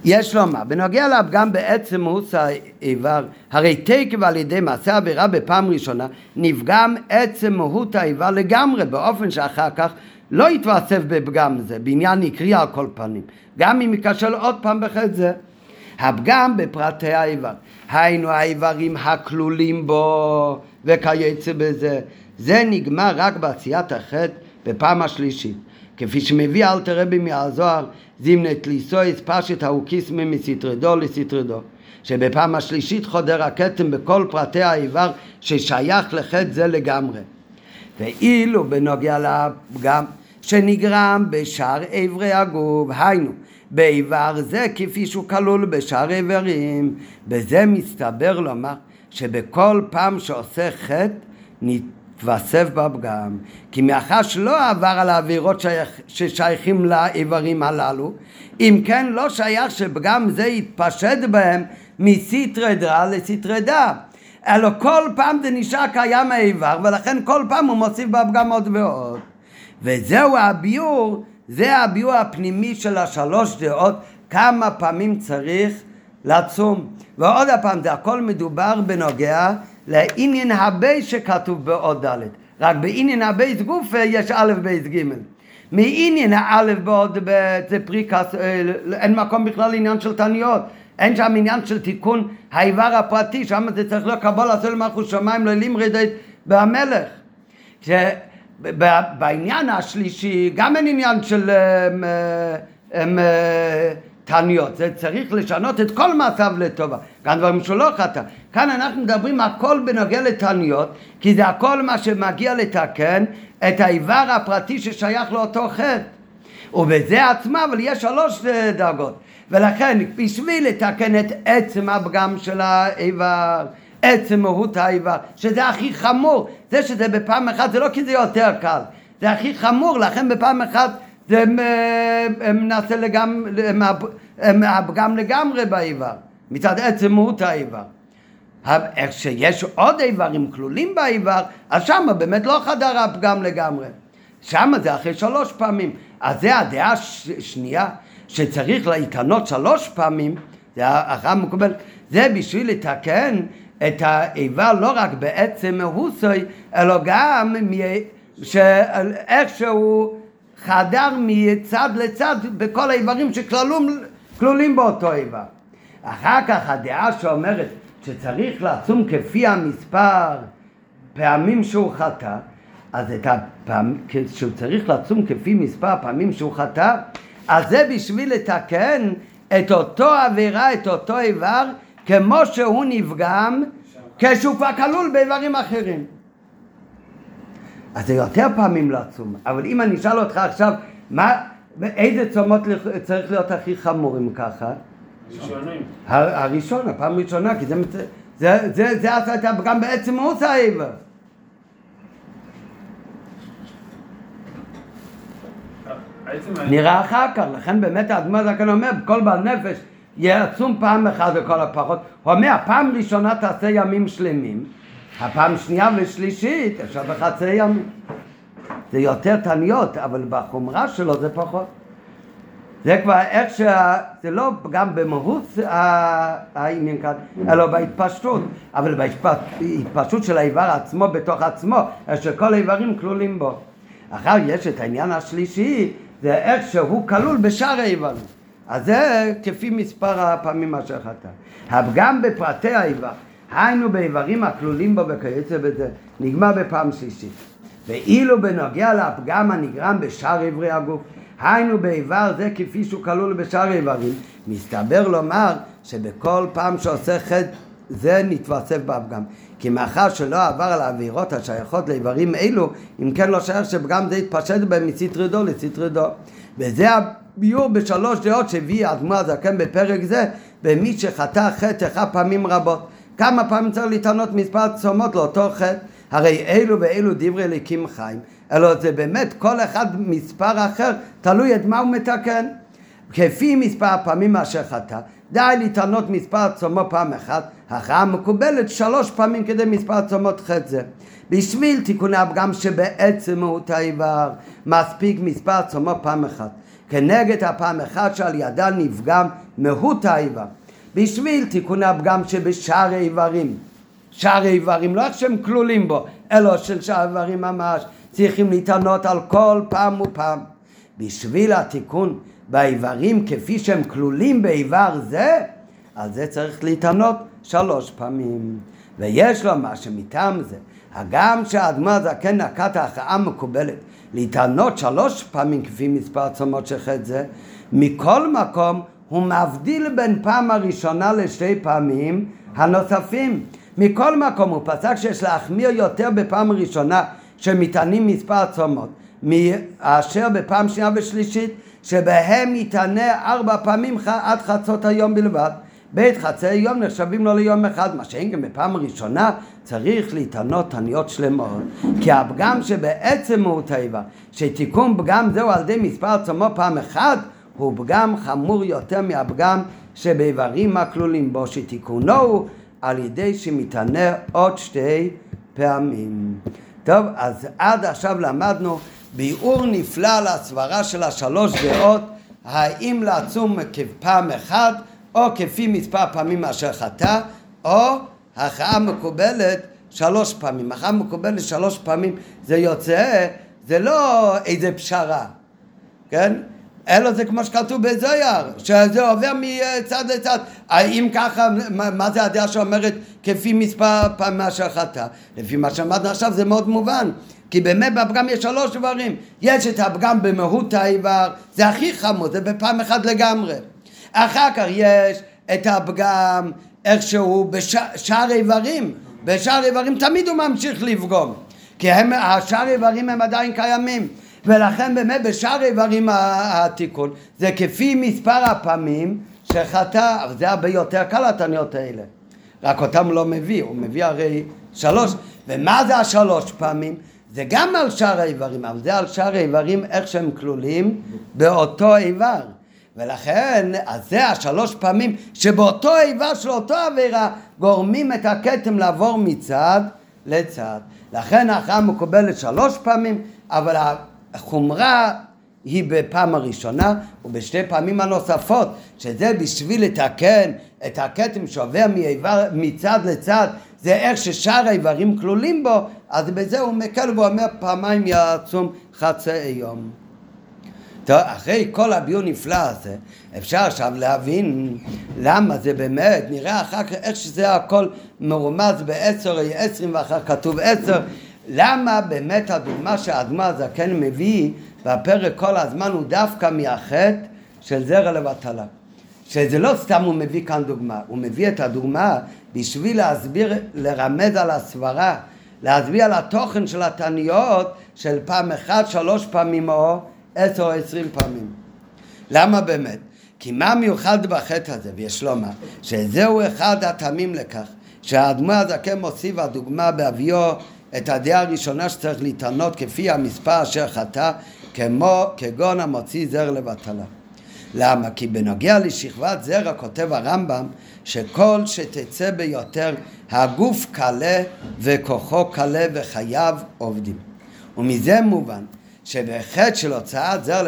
יש לומר, בנוגע לפגם בעצם מהות האיבר, הרי תקף על ידי מעשה עבירה בפעם ראשונה, נפגם עצם מהות האיבר לגמרי, באופן שאחר כך לא יתווסף בפגם זה, בעניין נקרי על כל פנים, גם אם יקשל עוד פעם בחטא זה. הפגם בפרטי האיבר, היינו האיברים הכלולים בו וכייצא בזה, זה נגמר רק בעשיית החטא בפעם השלישית. כפי שמביא אלתר רבי מהזוהר, זימנת ליסויס פשט האוקיסמי מסתרדו לסתרדו, שבפעם השלישית חודר הכתם בכל פרטי האיבר ששייך לחטא זה לגמרי. ואילו בנוגע לפגם שנגרם בשאר איברי הגוף, היינו באיבר זה כפי שהוא כלול בשאר איברים, בזה מסתבר לומר שבכל פעם שעושה חטא נתווסף בפגם, כי מאחר שלא עבר על העבירות ששייכים לאיברים הללו, אם כן לא שייך שפגם זה יתפשט בהם מסתרי דרע לסתרי דע, אלא כל פעם זה נשאר קיים האיבר, ולכן כל פעם הוא מוסיף בפגם עוד ועוד. וזהו הביור, זה הביור הפנימי של השלוש דעות, כמה פעמים צריך לצום. ועוד הפעם, זה הכל מדובר בנוגע לעניין הבייס שכתוב בעוד ד', רק בעניין הבייס גופה יש א' בייס ג'. מעניין האלף בעוד ב' זה פריקס, אין מקום בכלל לעניין של תניות, אין שם עניין של תיקון האיבר הפרטי, שם זה צריך להיות קבול לעשות למלכות שמיים לאלים רדת במלך. בעניין השלישי גם אין עניין של תניות, זה צריך לשנות את כל מצב לטובה, כאן דברים שלא חטא. כאן אנחנו מדברים הכל בנוגע לתניות, כי זה הכל מה שמגיע לתקן את האיבר הפרטי ששייך לאותו חטא, ובזה עצמה, אבל יש 3 דרגות, ולכן בשביל לתקן את עצם הפגם של האיבר, עצם מהות האיבר, שזה הכי חמור, זה שזה בפעם אחת, זה לא כי זה יותר קל, זה הכי חמור, לכן בפעם אחת זה מנסה הפגם לגמרי באיבר, מצד עצם מהות האיבר. איך שיש עוד איברים כלולים באיבר, אז שם באמת לא חדר הפגם לגמרי, שם זה אחרי 3 פעמים. אז זה הדעה השנייה, שצריך להתענות 3 פעמים, זה אחר מקובל, זה בשביל לתקן את האיבר לא רק בעצם מהוסוי, אלא גם איך שהוא חדר מצד לצד בכל האיברים שכלולים באותו איבר. אחר כך הדעה שאומרת שצריך לצום כפי המספר פעמים שהוא חטא, אז כשהוא צריך לצום כפי מספר פעמים שהוא חטא, אז זה בשביל לתקן את אותו עבירה, את אותו איבר, כמו שהוא נפגם כשהוא כבר כלול באיברים אחרים. אז זה יותר פעמים לצום, אבל אם אני אשאל אותך עכשיו, איזה צומות צריך להיות הכי חמורים ככה? הראשון, הפעם הראשונה, כי זה עשה את הפגם בעצם מהות האיבר. נראה אחר כך, לכן באמת האדמו"ר הזקן אומר, כל בעל נפש יצום פעם אחת וכל הפחות. הוא אומר, פעם ראשונה תעשה ימים שלמים, הפעם שנייה ושלישית אפשר בחצי ימים. זה יותר תניות, אבל בחומרה שלו זה פחות. זה כבר איך זה לא גם במהות העניין כאן, אלא בהתפשטות, אבל בהתפשטות של האיבר עצמו בתוך עצמו, שכל האיברים כלולים בו. אחר יש את העניין השלישי, זה איך שהוא כלול בשאר האיברים. אז זה כפי מספר הפעמים אשר חטא. הפגם בפרטי האיבר, היינו באיברים הכלולים בו וכיוצא בזה, נגמר בפעם שלישית. ואילו בנוגע לפגם הנגרם בשאר איברי הגוף, היינו באיבר זה כפי שהוא כלול בשאר איברים, מסתבר לומר שבכל פעם שעושה חטא זה נתווסף בפגם, כי מאחר שלא עבר על העבירות השייכות לאיברים אלו, אם כן לא שייך שפגם זה יתפשט בהם מסתרדו לסתרדו. וזה הביור ב3 דעות שהביא האדמו"ר הזקן בפרק זה, במי שחטא חטא 1 פעמים רבות. כמה פעמים צריך להתענות מספר צומות לאותו חטא? הרי אלו ואלו דברי אלוקים חיים, אלא זה באמת כל אחד מספר אחר, תלוי את מה הוא מתקן. כפי מספר הפעמים אשר חטא, די להתענות מספר צומו פעם אחת, הכרעה מקובלת 3 פעמים כדי מספר צומות חטא זה. בשביל תיקוני הפגם שבעצם מהות האיבר, מספיק מספר צומו פעם אחת, כנגד הפעם אחת שעל ידה נפגם מהות האיבר. בשביל תיקון הפגם שבשאר האיברים, שאר האיברים, לא איך שהם כלולים בו, אלא של שאר האיברים ממש, צריכים להתענות על כל פעם ופעם. בשביל התיקון באיברים כפי שהם כלולים באיבר זה, על זה צריך להתענות 3 פעמים. ויש לו מה שמטעם זה, הגם שהאדמו"ר הזקן נקט ההכרעה מקובלת להתענות 3 פעמים כפי מספר צומות של חטא זה, מכל מקום הוא מבדיל בין פעם הראשונה ל2 פעמים הנוספים. מכל מקום הוא פסק שיש להחמיר יותר בפעם הראשונה שמטענים מספר צומות מאשר בפעם שנייה ושלישית שבהם יתענה 4 פעמים עד חצות היום בלבד. בית חצי היום נחשבים לו ליום אחד, מה שאין גם בפעם הראשונה צריך להתענות תעניות שלמות, כי הפגם שבעצם מהות האיבר שתיקון פגם זהו על ידי מספר צומות פעם אחת הוא פגם חמור יותר מהפגם שבאיברים הכלולים בו שתיקונו הוא על ידי שמתענה עוד 2 פעמים. טוב, אז עד עכשיו למדנו ביאור נפלא על הסברה של 3 דעות, האם לעצום כפעם אחת או כפי מספר פעמים אשר חטא, או הכרעה מקובלת 3 פעמים. הכרעה מקובלת 3 פעמים זה יוצא, זה לא איזה פשרה, כן? אלא זה כמו שכתוב בזוהר, שזה עובר מצד לצד. האם ככה, מה זה הדעה שאומרת כפי מספר פעמים אשר חטא? לפי מה שאמרנו עכשיו זה מאוד מובן, כי באמת בפגם יש 3 דברים. יש את הפגם במהות האיבר, זה הכי חמור, זה בפעם אחת לגמרי. אחר כך יש את הפגם איכשהו בשאר איברים. בשאר איברים תמיד הוא ממשיך לפגום, כי השאר איברים הם עדיין קיימים, ולכן באמת בשאר איברים התיקון זה כפי מספר הפעמים שחטא, אבל זה הרבה יותר קל התעניות האלה, רק אותם לא מביא, הוא מביא הרי 3. ומה זה 3 פעמים? זה גם על שאר האיברים, אבל זה על שאר האיברים איך שהם כלולים באותו איבר. ולכן, אז זה 3 פעמים שבאותו איבר של אותו עבירה גורמים את הכתם לעבור מצד לצד. לכן ההכרעה מקובלת 3 פעמים, אבל החומרה היא בפעם הראשונה ובשתי פעמים הנוספות, שזה בשביל לתקן את הכתם שעובר מצד לצד, זה איך ששאר האיברים כלולים בו, אז בזה הוא מקל ואומר פעמיים יעצום חצי יום. טוב, אחרי כל הביאור נפלא הזה, אפשר עכשיו להבין למה זה באמת, נראה אחר כך איך שזה הכל מרומז ב10 ואחר כתוב 10, למה באמת הדוגמה שהאדמו"ר הזקן מביא בפרק כל הזמן הוא דווקא מהחטא של זרע לבטלה. שזה לא סתם הוא מביא כאן דוגמה, הוא מביא את הדוגמה בשביל להסביר, לרמז על הסברה, להסביר על התוכן של התעניות של פעם 1, 3 פעמים או 10 או 20 פעמים. למה באמת? כי מה מיוחד בחטא הזה, ויש לומר, שזהו אחד הטעמים לכך, שהאדמו"ר הזקן מוסיף הדוגמה בהביאו את הדעה הראשונה שצריך להתענות כפי המספר אשר חטא, כגון המוציא זרע לבטלה. למה? כי בנוגע לשכבת זרע כותב הרמב"ם שכל שתצא ביותר הגוף קלה וכוחו קלה וחייו עובדים. ומזה מובן שבחטא של הוצאת זרע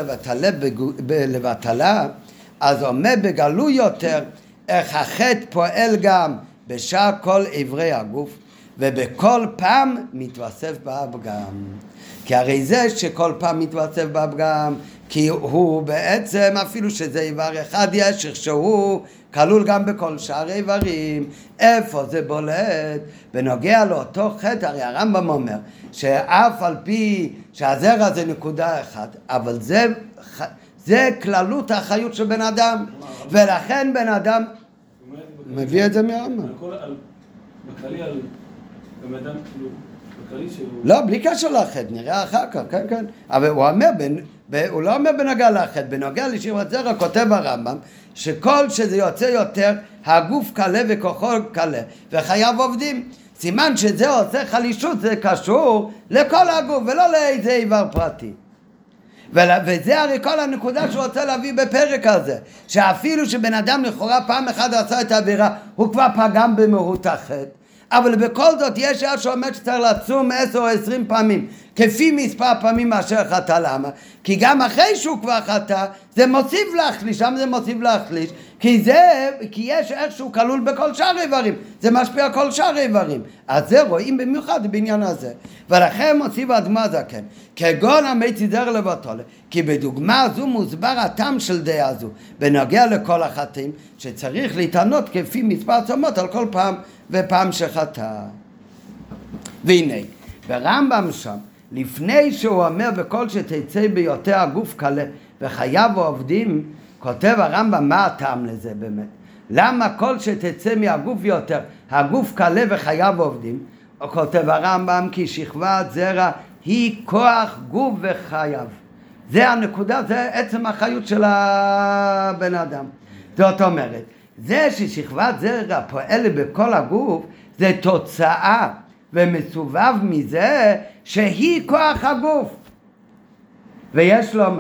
לבטלה אז עומד בגלוי יותר איך החטא פועל גם בשאר כל איברי הגוף ובכל פעם מתווסף בפגם. כי הרי זה שכל פעם מתווסף בפגם, כי הוא בעצם אפילו שזה איבר אחד יש שהוא כלול גם בכל שאר איברים. איפה זה בולט? בנוגע לאותו חטא, הרי הרמב"ם אומר שאף על פי שהזרע זה נקודה אחת, אבל זה כללות החיות של בן אדם, ולכן בן אדם מביא את זה מהרמב"ם. בכללי על בן אדם כאילו לא, בלי קשר לחטא, נראה אחר כך, כן, כן. אבל הוא אומר, הוא לא אומר בנוגע לחטא, בנוגע לשכבת זרע כותב הרמב"ם, שכל שזה יוצא יותר, הגוף קלה וכוחו קלה, וחייו עובדים. סימן שזה עושה חלישות, זה קשור לכל הגוף, ולא לאיזה איבר פרטי. וזה הרי כל הנקודה שהוא רוצה להביא בפרק הזה, שאפילו שבן אדם לכאורה פעם אחת עשה את העבירה, הוא כבר פגם במהות החטא. אבל בכל זאת יש שאומר שצריך לצום 10 או 20 פעמים כפי מספר פעמים אשר חטא. למה? כי גם אחרי שהוא כבר חטא, זה מוסיף להחליש. למה זה מוסיף להחליש? כי יש איכשהו כלול בכל שאר איברים, זה משפיע כל שאר איברים. אז זה רואים במיוחד בעניין הזה. ולכן מוסיף האדמו"ר הזקן, כגון המתי זרע לבטלה, כי בדוגמה זו מוסבר הטעם של דעה זו, בנוגע לכל החטאים, שצריך להתענות כפי מספר צומות על כל פעם ופעם שחטא. והנה, ברמב"ם שם, לפני שהוא אומר בכל שתצא ביותר הגוף קלה וחייו עובדים, כותב הרמב"ם מה הטעם לזה באמת. למה כל שתצא מהגוף יותר, הגוף קלה וחייו עובדים? הוא כותב הרמב"ם כי שכבת זרע היא כוח גוף וחייו. זה הנקודה, זה עצם החיות של הבן אדם. זאת אומרת, זה ששכבת זרע פועלת בכל הגוף, זה תוצאה ומסובב מזה שהיא כוח הגוף. ויש לומר,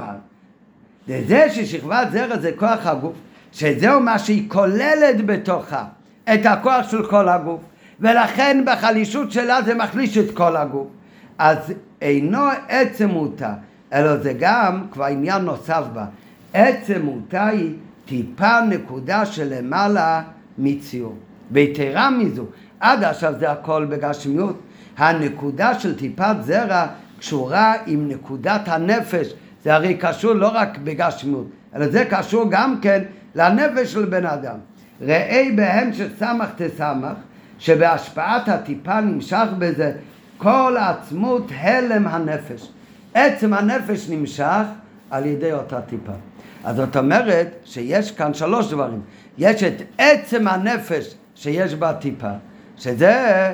זה ששכבת זרע זה כוח הגוף, שזהו מה שהיא כוללת בתוכה, את הכוח של כל הגוף, ולכן בחלישות שלה זה מחליש את כל הגוף. אז אינו עצם אותה, אלא זה גם כבר עניין נוסף בה. עצם אותה היא טיפה נקודה שלמעלה מציור. ויתרה מזו, עד עכשיו זה הכל בגשמיות, הנקודה של טיפת זרע קשורה עם נקודת הנפש. זה הרי קשור לא רק בגשמיות, אלא זה קשור גם כן לנפש של בן אדם. ראי בהם שסמך תסמך, שבהשפעת הטיפה נמשך בזה כל עצמות הלם הנפש. עצם הנפש נמשך על ידי אותה טיפה. אז זאת אומרת שיש כאן שלוש דברים. יש את עצם הנפש שיש בה טיפה, שזה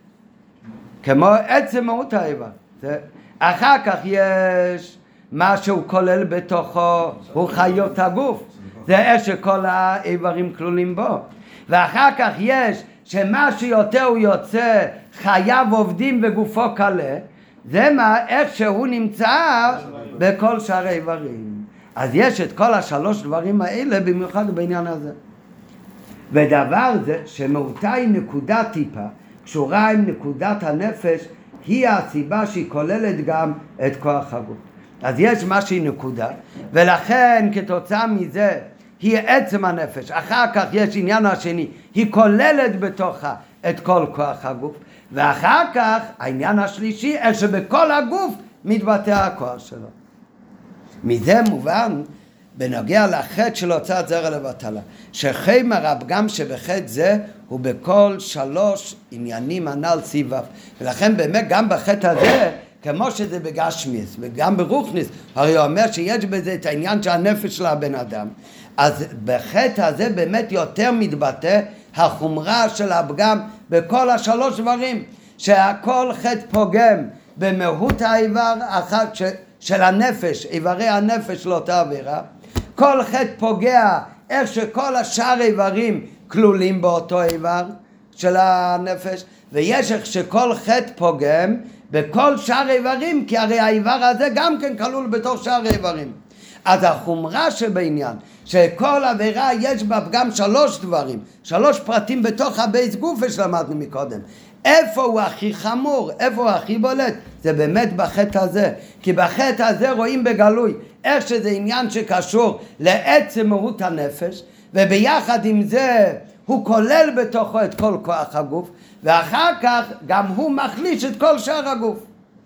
כמו עצם מהות האיבר. אחר כך יש מה שהוא כולל בתוכו, הוא חיות הגוף. זה איך שכל האיברים כלולים בו. ואחר כך יש שמה שיותר הוא יוצא חייו עובדים וגופו קלה, זה איך שהוא נמצא בכל שאר האיברים. אז יש את כל השלוש דברים האלה במיוחד בעניין הזה. ודבר זה שמהותה היא נקודת טיפה, קשורה עם נקודת הנפש, היא הסיבה שהיא כוללת גם את כוח הגוף. אז יש מה שהיא נקודה, ולכן כתוצאה מזה היא עצם הנפש. אחר כך יש עניין השני, היא כוללת בתוכה את כל כוח הגוף, ואחר כך העניין השלישי, איך שבכל הגוף מתבטא הכוח שלו. מזה מובן בנוגע לחטא של הוצאת זרע לבטלה, שחומר הפגם שבחטא זה הוא בכל שלוש עניינים הנ"ל סביב. ולכן באמת גם בחטא הזה, כמו שזה בגשמיס וגם ברוחניס, הרי הוא אומר שיש בזה את העניין של הנפש של הבן אדם. אז בחטא הזה באמת יותר מתבטא החומרה של הפגם בכל השלוש דברים, שהכל חטא פוגם במהות האיבר אחת של הנפש, איברי הנפש של אותה עבירה. כל חטא פוגע איך שכל השאר איברים כלולים באותו איבר של הנפש, ויש איך שכל חטא פוגם בכל שאר איברים, כי הרי האיבר הזה גם כן כלול בתוך שאר איברים. אז החומרה שבעניין, שכל עבירה יש בה גם שלוש דברים, שלוש פרטים בתוך הבייס גופה שלמדנו מקודם. איפה הוא הכי חמור, איפה הוא הכי בולט? זה באמת בחטא הזה. כי בחטא הזה רואים בגלוי איך שזה עניין שקשור לעצם מהות הנפש, וביחד עם זה הוא כולל בתוכו את כל כוח הגוף, ואחר כך גם הוא מחליש את כל שאר הגוף.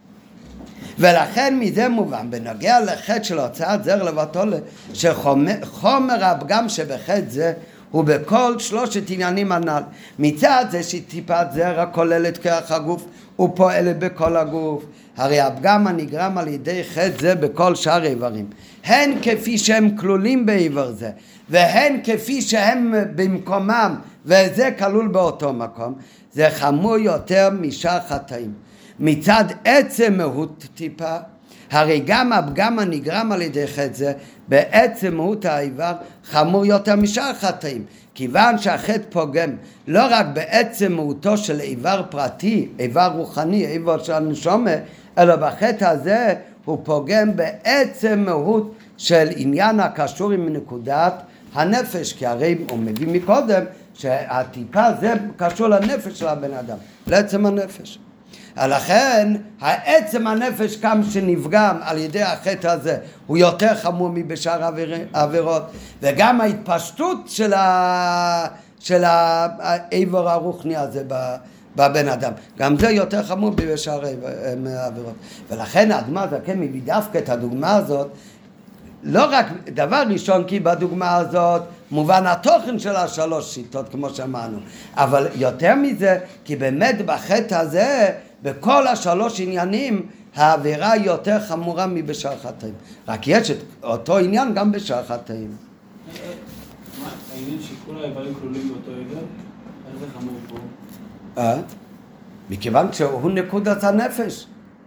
ולכן מזה מובן בנוגע לחטא של הוצאת זרע לבטלה, שחומר הפגם שבחטא זה הוא בכל שלושת עניינים הנ"ל. מצד זה שטיפת זרע כוללת כוח הגוף ופועלת בכל הגוף, הרי הפגם הנגרם על ידי חטא זה בכל שאר איברים, הן כפי שהם כלולים באיבר זה והן כפי שהם במקומם, וזה כלול באותו מקום, זה חמור יותר משאר חטאים. מצד עצם מהות טיפה, הרי גם הפגם הנגרם על ידי חטא זה בעצם מהות האיבר חמור יותר משאר חטאים, כיוון שהחטא פוגם לא רק בעצם מהותו של איבר פרטי, איבר רוחני, איבר של הנשמה, אלא בחטא הזה הוא פוגם בעצם מהות של עניין הקשור עם נקודת הנפש, כי הרי הוא מביא מקודם שהטיפה זה קשור לנפש של הבן אדם, לעצם הנפש. לכן העצם הנפש כאן שנפגם על ידי החטא הזה הוא יותר חמור מבשאר העבירות, וגם ההתפשטות של העבר הרוחני הזה בבן אדם, גם זה יותר חמור מבשאר העבירות. ולכן האדמו"ר הזקן מביא דווקא את הדוגמה הזאת, לא רק דבר ראשון כי בדוגמה הזאת מובן התוכן של השלוש שיטות כמו שאמרנו, אבל יותר מזה כי באמת בחטא הזה בכל השלוש עניינים העבירה יותר חמורה מבשאר חטאים, רק יש את אותו עניין גם בשאר חטאים. מה העניין שכל האיברים כלולים באותו עבר? איך זה חמור פה? מכיוון שהוא נקודת הנפש,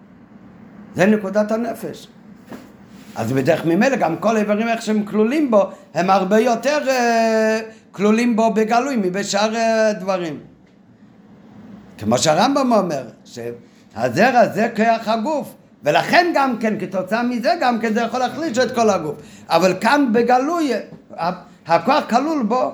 זה נקודת הנפש, אז בדרך ממילא גם כל האיברים איך שהם כלולים בו הם הרבה יותר כלולים בו בגלוי מבשאר דברים, כמו שהרמב"ם אומר שהזרע זה כוח הגוף, ולכן גם כן כתוצאה מזה גם כן זה יכול להחליש את כל הגוף, אבל כאן בגלוי הכוח כלול בו.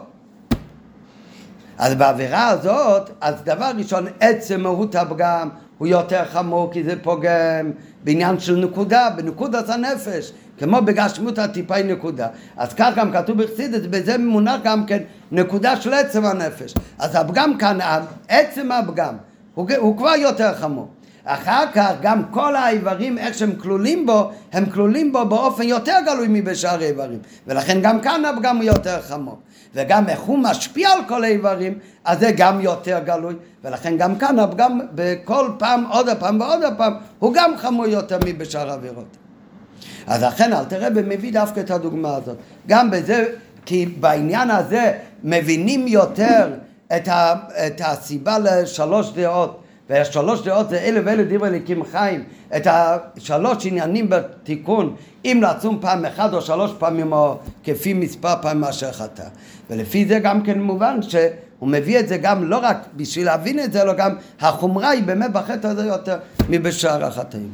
אז בעבירה הזאת, אז דבר ראשון עצם מהות הפגם הוא יותר חמור כי זה פוגם בעניין של נקודה, בנקודת הנפש, כמו בגשמות הטיפה היא נקודה, אז כך גם כתוב בחסידות, בזה מונח גם כן נקודה של עצם הנפש, אז הפגם כאן, עצם הפגם הוא כבר יותר חמור. אחר כך גם כל האיברים איך שהם כלולים בו, הם כלולים בו באופן יותר גלוי מבשאר האיברים, ולכן גם כאן הפגם הוא יותר חמור, וגם איך הוא משפיע על כל האיברים, אז זה גם יותר גלוי, ולכן גם כאן הפגם בכל פעם עוד פעם ועוד פעם הוא גם חמור יותר מבשאר העבירות. אז לכן אל תראה במביא דווקא את הדוגמה הזאת, גם בזה, כי בעניין הזה מבינים יותר את הסיבה לשלוש דעות, והשלוש דעות זה אלה ואלה דברי אלוקים חיים, את השלוש עניינים בתיקון, אם לעצום פעם אחד או שלוש פעמים או כפי מספר פעמים אשר חטא, ולפי זה גם כן מובן שהוא מביא את זה גם לא רק בשביל להבין את זה, אלא גם החומרה היא באמת בחטא הזה יותר מבשאר החטאים.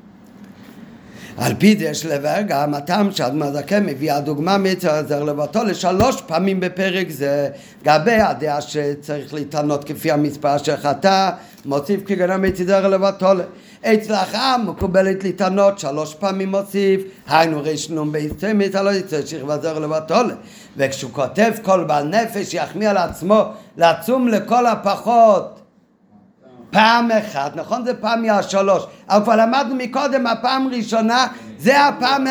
על פי זה יש לבר גם הטעם שהאדמו"ר הזקן מביא הדוגמה מיצר הזר לבטול לשלוש פעמים בפרק זה, גבי הדעה שצריך להתענות כפי המספר אשר חטא, מוסיף כגנה מיצר לבטול. אצלך מקובלת להתענות שלוש פעמים מוסיף, היינו רשנום בהסתמת הלא יצא שכבה זר לבטול. וכשהוא כותב כל בעל נפש יחמיא על עצמו לעצום לכל הפחות פעם אחת, נכון? זה פעם מהשלוש, אבל כבר למדנו מקודם, הפעם ראשונה זה הפעם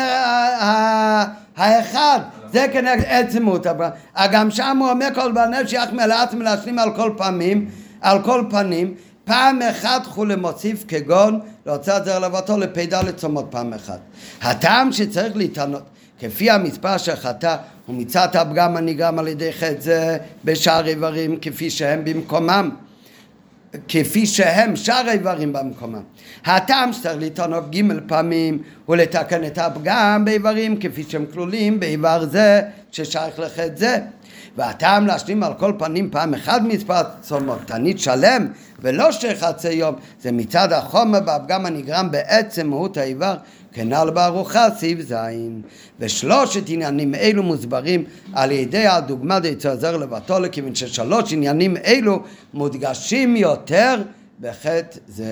האחד, זה כנגד עצמות. גם שם הוא אומר כל בעל נפש יחמיא על עצמו להשלים על כל פנים, פעם אחת חולה מוסיף כגון להוצאת זרע לבטול לפיידה לצומות פעם אחת. הטעם שצריך להתענות כפי המספר שחטא הוא מצד הפגם הנגרם על ידי חטא זה בשאר איברים כפי שהם במקומם, כפי שהם שאר האיברים במקומם. הטעם שצריך להתענות ג' פעמים הוא לתקן את הפגם באיברים כפי שהם כלולים באיבר זה ששייך לחטא זה, והטעם להשלים על כל פנים פעם אחד מספר צומות תענית שלם ולא שחצי יום זה מצד החומר בפגם הנגרם בעצם מהות האיבר כנ"ל בארוחה סעיף זין. ושלושת עניינים אלו מוסברים על ידי הדוגמה דיצר זר לבטול, כיוון ששלוש עניינים אלו מודגשים יותר בחטא זה.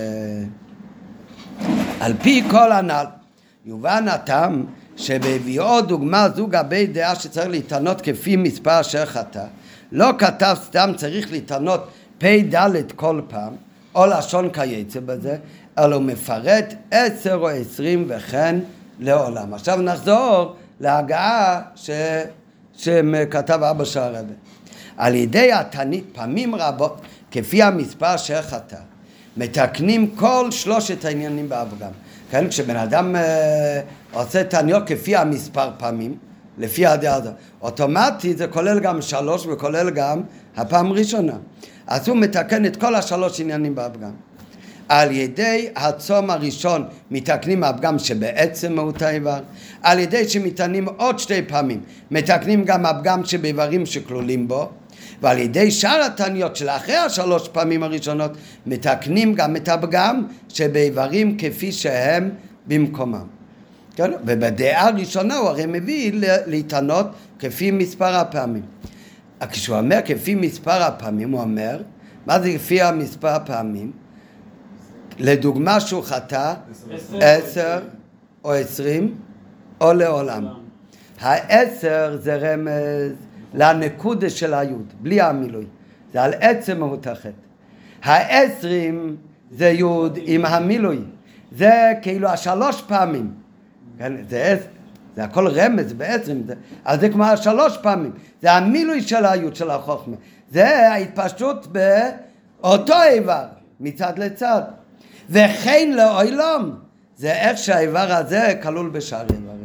על פי כל הנ"ל יובן הטעם שבביאו דוגמה זו גבי דעה שצריך להתענות כפי מספר אשר חטא, לא כתב סתם צריך להתענות פי ד' כל פעם או לשון כיוצא בזה, אלא הוא מפרט 10 או 20 וכן לעולם. עכשיו נחזור להגעה שכתב אבא של הרבי. על ידי התענית פעמים רבות כפי המספר אשר חטא מתקנים כל שלושת העניינים בהפגם. כן, כשבן אדם עושה תעניות כפי המספר פעמים, לפי הדעה הזאת, אוטומטית זה כולל גם 3 וכולל גם הפעם ראשונה. אז הוא מתקן את כל השלוש עניינים בהפגם. על ידי הצום הראשון מתקנים הפגם שבעצם מהות האיבר, על ידי שמתענים עוד 2 פעמים מתקנים גם הפגם שבאיברים שכלולים בו, ועל ידי שאר התעניות של אחרי 3 פעמים הראשונות מתקנים גם את הפגם שבאיברים כפי שהם במקומם. כן? ובדעה הראשונה הוא הרי מביא להתענות כפי מספר הפעמים. כשהוא אומר כפי מספר הפעמים הוא אומר, מה זה לפי המספר הפעמים? לדוגמה שהוא חטא 10 או 20 או לעולם. 10 זה רמז לנקודה של היוד, בלי המילוי, זה על עצם מהות החטא. 20 זה יוד עם המילוי, זה כאילו 3 פעמים, זה הכל רמז בעצם, אז זה כמו 3 פעמים, זה המילוי של היוד של החוכמה, זה ההתפשטות באותו איבר מצד לצד. וכן לעולם, זה איך שהאיבר הזה כלול בשאר איברים.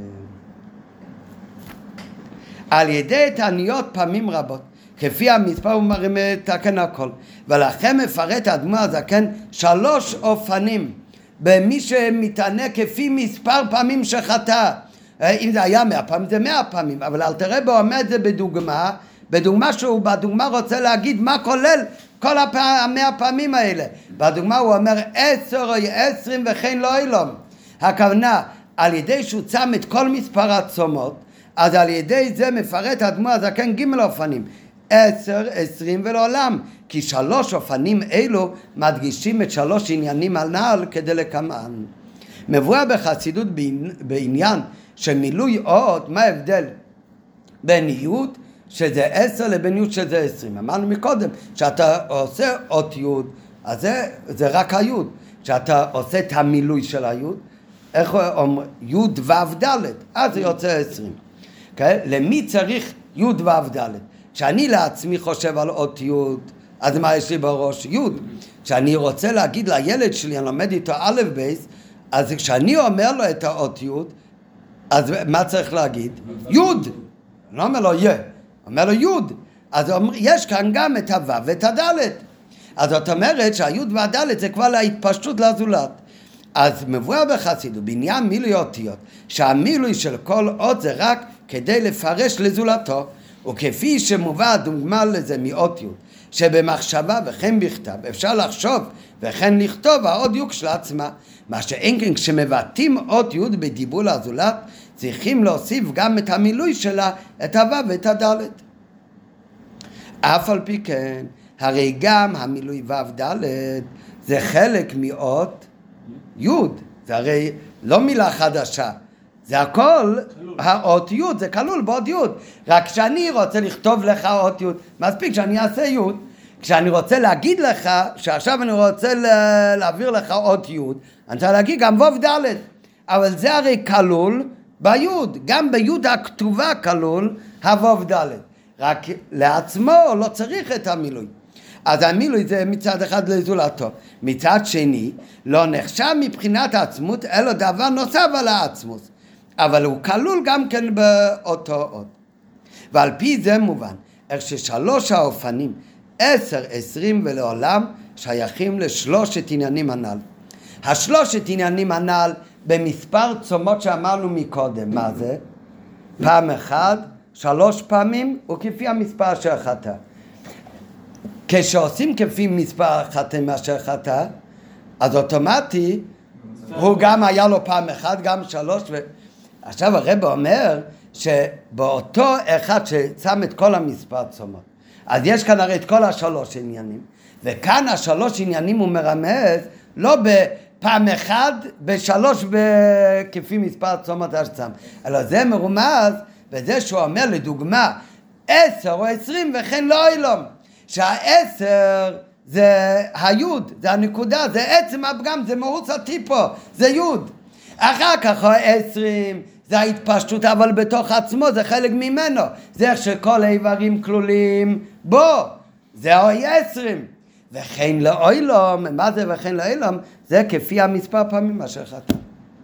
על ידי תעניות פעמים רבות, כפי המספר הוא מתקן הכל, ולכן מפרט האדמו"ר הזקן 3 אופנים במי שמתענה כפי מספר פעמים שחטא. אם זה היה 100 פעמים זה 100 פעמים, אבל אל תראה בו עומד זה בדוגמה שהוא בדוגמה רוצה להגיד מה כולל כל 100 פעמים האלה. בדוגמה הוא אומר 10 או 20 וכן לא אילום. הכוונה על ידי שהוא צם את כל מספר הצומות, אז על ידי זה מפרט האדמו"ר הזקן ג' אופנים 10, 20 ולעולם, כי 3 אופנים אלו מדגישים את 3 עניינים הנ"ל כדי לקמן. מבואר בחסידות בעניין שמילוי אות, מה ההבדל בין יוד שזה 10 לבין יוד שזה 20. אמרנו מקודם שאתה עושה אות יוד, אז זה רק היוד. כשאתה עושה את המילוי של היוד, איך אומרים? יוד ו' ד', אז זה יוצא 20. Okay? למי צריך יוד ו' ד'? כשאני לעצמי חושב על אות יוד, אז מה יש לי בראש? יוד. כשאני רוצה להגיד לילד שלי, אני לומד איתו א' בייס, אז כשאני אומר לו את האות יוד, אז מה צריך להגיד? יוד. אני לא אומר לו יה, אומר לו יוד. אז יש כאן גם את הו' ואת הד'. אז זאת אומרת שהיוד והד' זה כבר להתפשטות לזולת. אז מבואר בחסידות בעניין מילוי אותיות, שהמילוי של כל אות זה רק כדי לפרש לזולתו, וכפי שמובא דוגמה לזה מאות יוד, שבמחשבה וכן בכתב אפשר לחשוב וכן לכתוב האות דיוק של עצמה, מה שאין כן כשמבטאים אות יוד בדיבור לזולת, צריכים להוסיף גם את המילוי שלה, את הו' ואת הד'. אף על פי כן, הרי גם המילוי ו' ד' זה חלק מאות יוד, זה הרי לא מילה חדשה, זה הכל האות יוד, זה כלול באות יוד. רק כשאני רוצה לכתוב לך אות יוד, מספיק שאני אעשה יוד. כשאני רוצה להגיד לך שעכשיו אני רוצה להעביר לך אות יוד, אני צריך להגיד גם ו' ד', אבל זה הרי כלול ביוד, גם ביוד הכתובה כלול הו' ד', רק לעצמו לא צריך את המילוי. אז המילוי זה מצד אחד לזולתו, מצד שני לא נחשב מבחינת העצמות אלא דבר נוסף על העצמות, אבל הוא כלול גם כן באותו אות. ועל פי זה מובן איך ששלוש האופנים 10, 20 ולעולם שייכים לשלושת עניינים הנ"ל. השלושת עניינים הנ"ל במספר צומות שאמרנו מקודם. מה זה? פעם אחת, 3 פעמים וכפי המספר אשר חטא. כשעושים כפי מספר חטא מאשר חטא, אז אוטומטי הוא גם היה לו פעם אחת, גם 3 עכשיו הרב אומר שבאותו אחד ששם את כל המספר צומות, אז יש כאן הרי את כל 3 עניינים, וכאן 3 עניינים הוא מרמז לא בפעם אחת, ב3 כפי מספר צומות השצם, אלא זה מרומז בזה שהוא אומר לדוגמה 10 או 20 וכן לא אילום, שה10 זה היוד, זה הנקודה, זה עצם הפגם, זה מהות הטיפו, זה יוד. אחר כך 20 זה ההתפשטות, אבל בתוך עצמו זה חלק ממנו, זה איך שכל האיברים כלולים בו, זה 20. וכן לאילום, מה זה וכן לאילום? זה כפי המספר פעמים אשר חטא.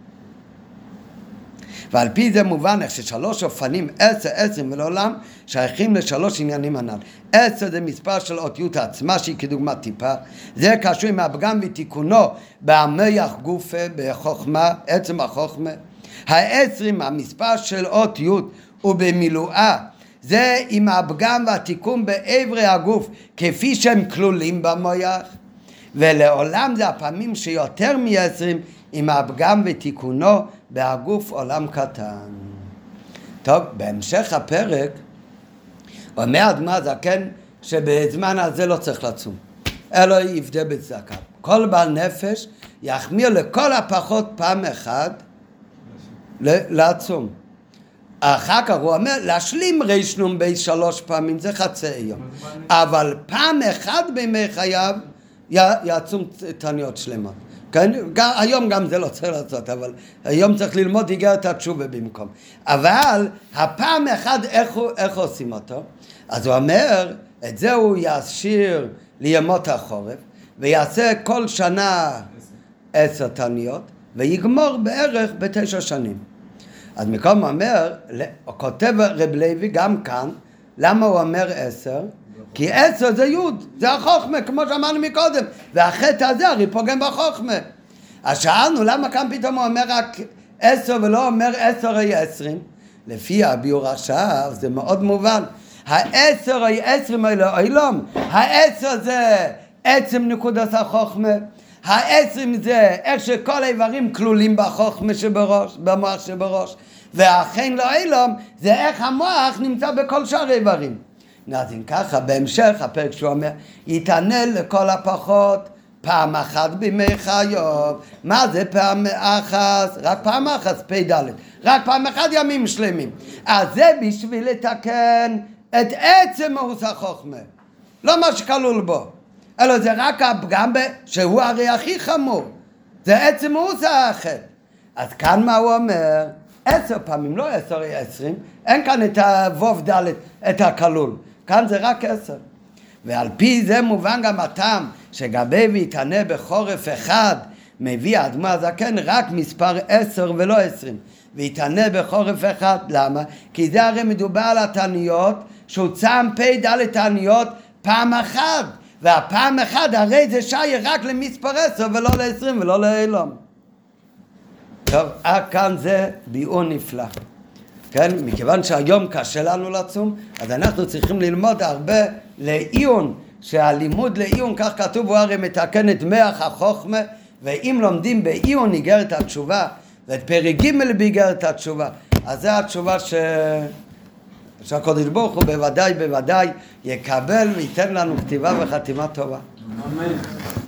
ועל פי זה מובן איך ש3 אופנים 10, 20 ולעולם שייכים ל3 עניינים הנ"ל. 10 זה מספר של אותיות עצמה שהיא כדוגמת טיפה, זה קשור עם הפגם ותיקונו בהמח גופה, בחוכמה, עצם החוכמה. 20 המספר של אותיות ובמילואה, זה עם הפגם והתיקון בעברי הגוף כפי שהם כלולים במוח. ולעולם זה הפעמים שיותר מ20 עם הפגם ותיקונו בהגוף עולם קטן. טוב, בהמשך הפרק אומר האדמו"ר הזקן שבזמן הזה לא צריך לצום, אלא יפדה בצדקה. כל בעל נפש יחמיר לכל הפחות פעם אחת לעצום. אחר כך הוא אומר, להשלים ריש נון בייס 3 פעמים, זה חצי יום. אבל פעם אחת בימי חייו יעצום תעניות שלמות. כן? היום גם זה לא צריך לעשות, אבל היום צריך ללמוד איגרת התשובה במקום. אבל הפעם אחת, איך עושים אותו? אז הוא אומר, את זה הוא ישאיר לימות החורף, ויעשה כל שנה 10 תעניות, ויגמור בערך ב9 שנים. אז מקום הוא אומר, הוא כותב רב לוי גם כאן, למה הוא אומר 10? כי 10 זה יוד, זה החוכמה, כמו שאמרנו מקודם, והחטא הזה הרי פוגם בחוכמה. אז שאלנו למה כאן פתאום הוא אומר רק 10 ולא אומר 10 היא 20? לפי הביאור עכשיו זה מאוד מובן. 10 היא 20 האלה אילום, 10 זה עצם נקודת החוכמה, 20 זה איך שכל האיברים כלולים בחוכמה שבראש, במוח שבראש, והחן לא אילום זה איך המוח נמצא בכל שאר האיברים. אז אם ככה בהמשך הפרק שהוא אומר יתענה לכל הפחות פעם אחת בימי חיוב. מה זה פעם אחת? רק פעם אחת, פ"ד, רק פעם אחת ימים שלמים. אז זה בשביל לתקן את עצם מהות החוכמה, לא מה שכלול בו, אלא זה רק הפגם שהוא הרי הכי חמור, זה עצם מהות החטא. אז כאן מה הוא אומר? 10 פעמים, לא 10 20, אין כאן את הו"ב ד' את הכלול, כאן זה רק 10. ועל פי זה מובן גם הטעם שגבי ויתענה בחורף אחד מביא האדמו"ר הזקן רק מספר 10 ולא 20, ויתענה בחורף אחד. למה? כי זה הרי מדובר על התעניות שהוא צם פ"ד תעניות פעם אחת, והפעם אחת הרי זה שייך רק למספר 10 ולא ל-20 ולא לאילום. טוב, כאן זה ביאור נפלא. כן, מכיוון שהיום קשה לנו לצום, אז אנחנו צריכים ללמוד הרבה לעיון, שהלימוד לעיון, כך כתוב, הוא הרי מתקן את מח החוכמה, ואם לומדים בעיון איגרת התשובה, ואת פרק ג' באיגרת התשובה, אז זה התשובה שהקדוש ברוך הוא בוודאי יקבל וייתן לנו כתיבה וחתימה טובה. אמן.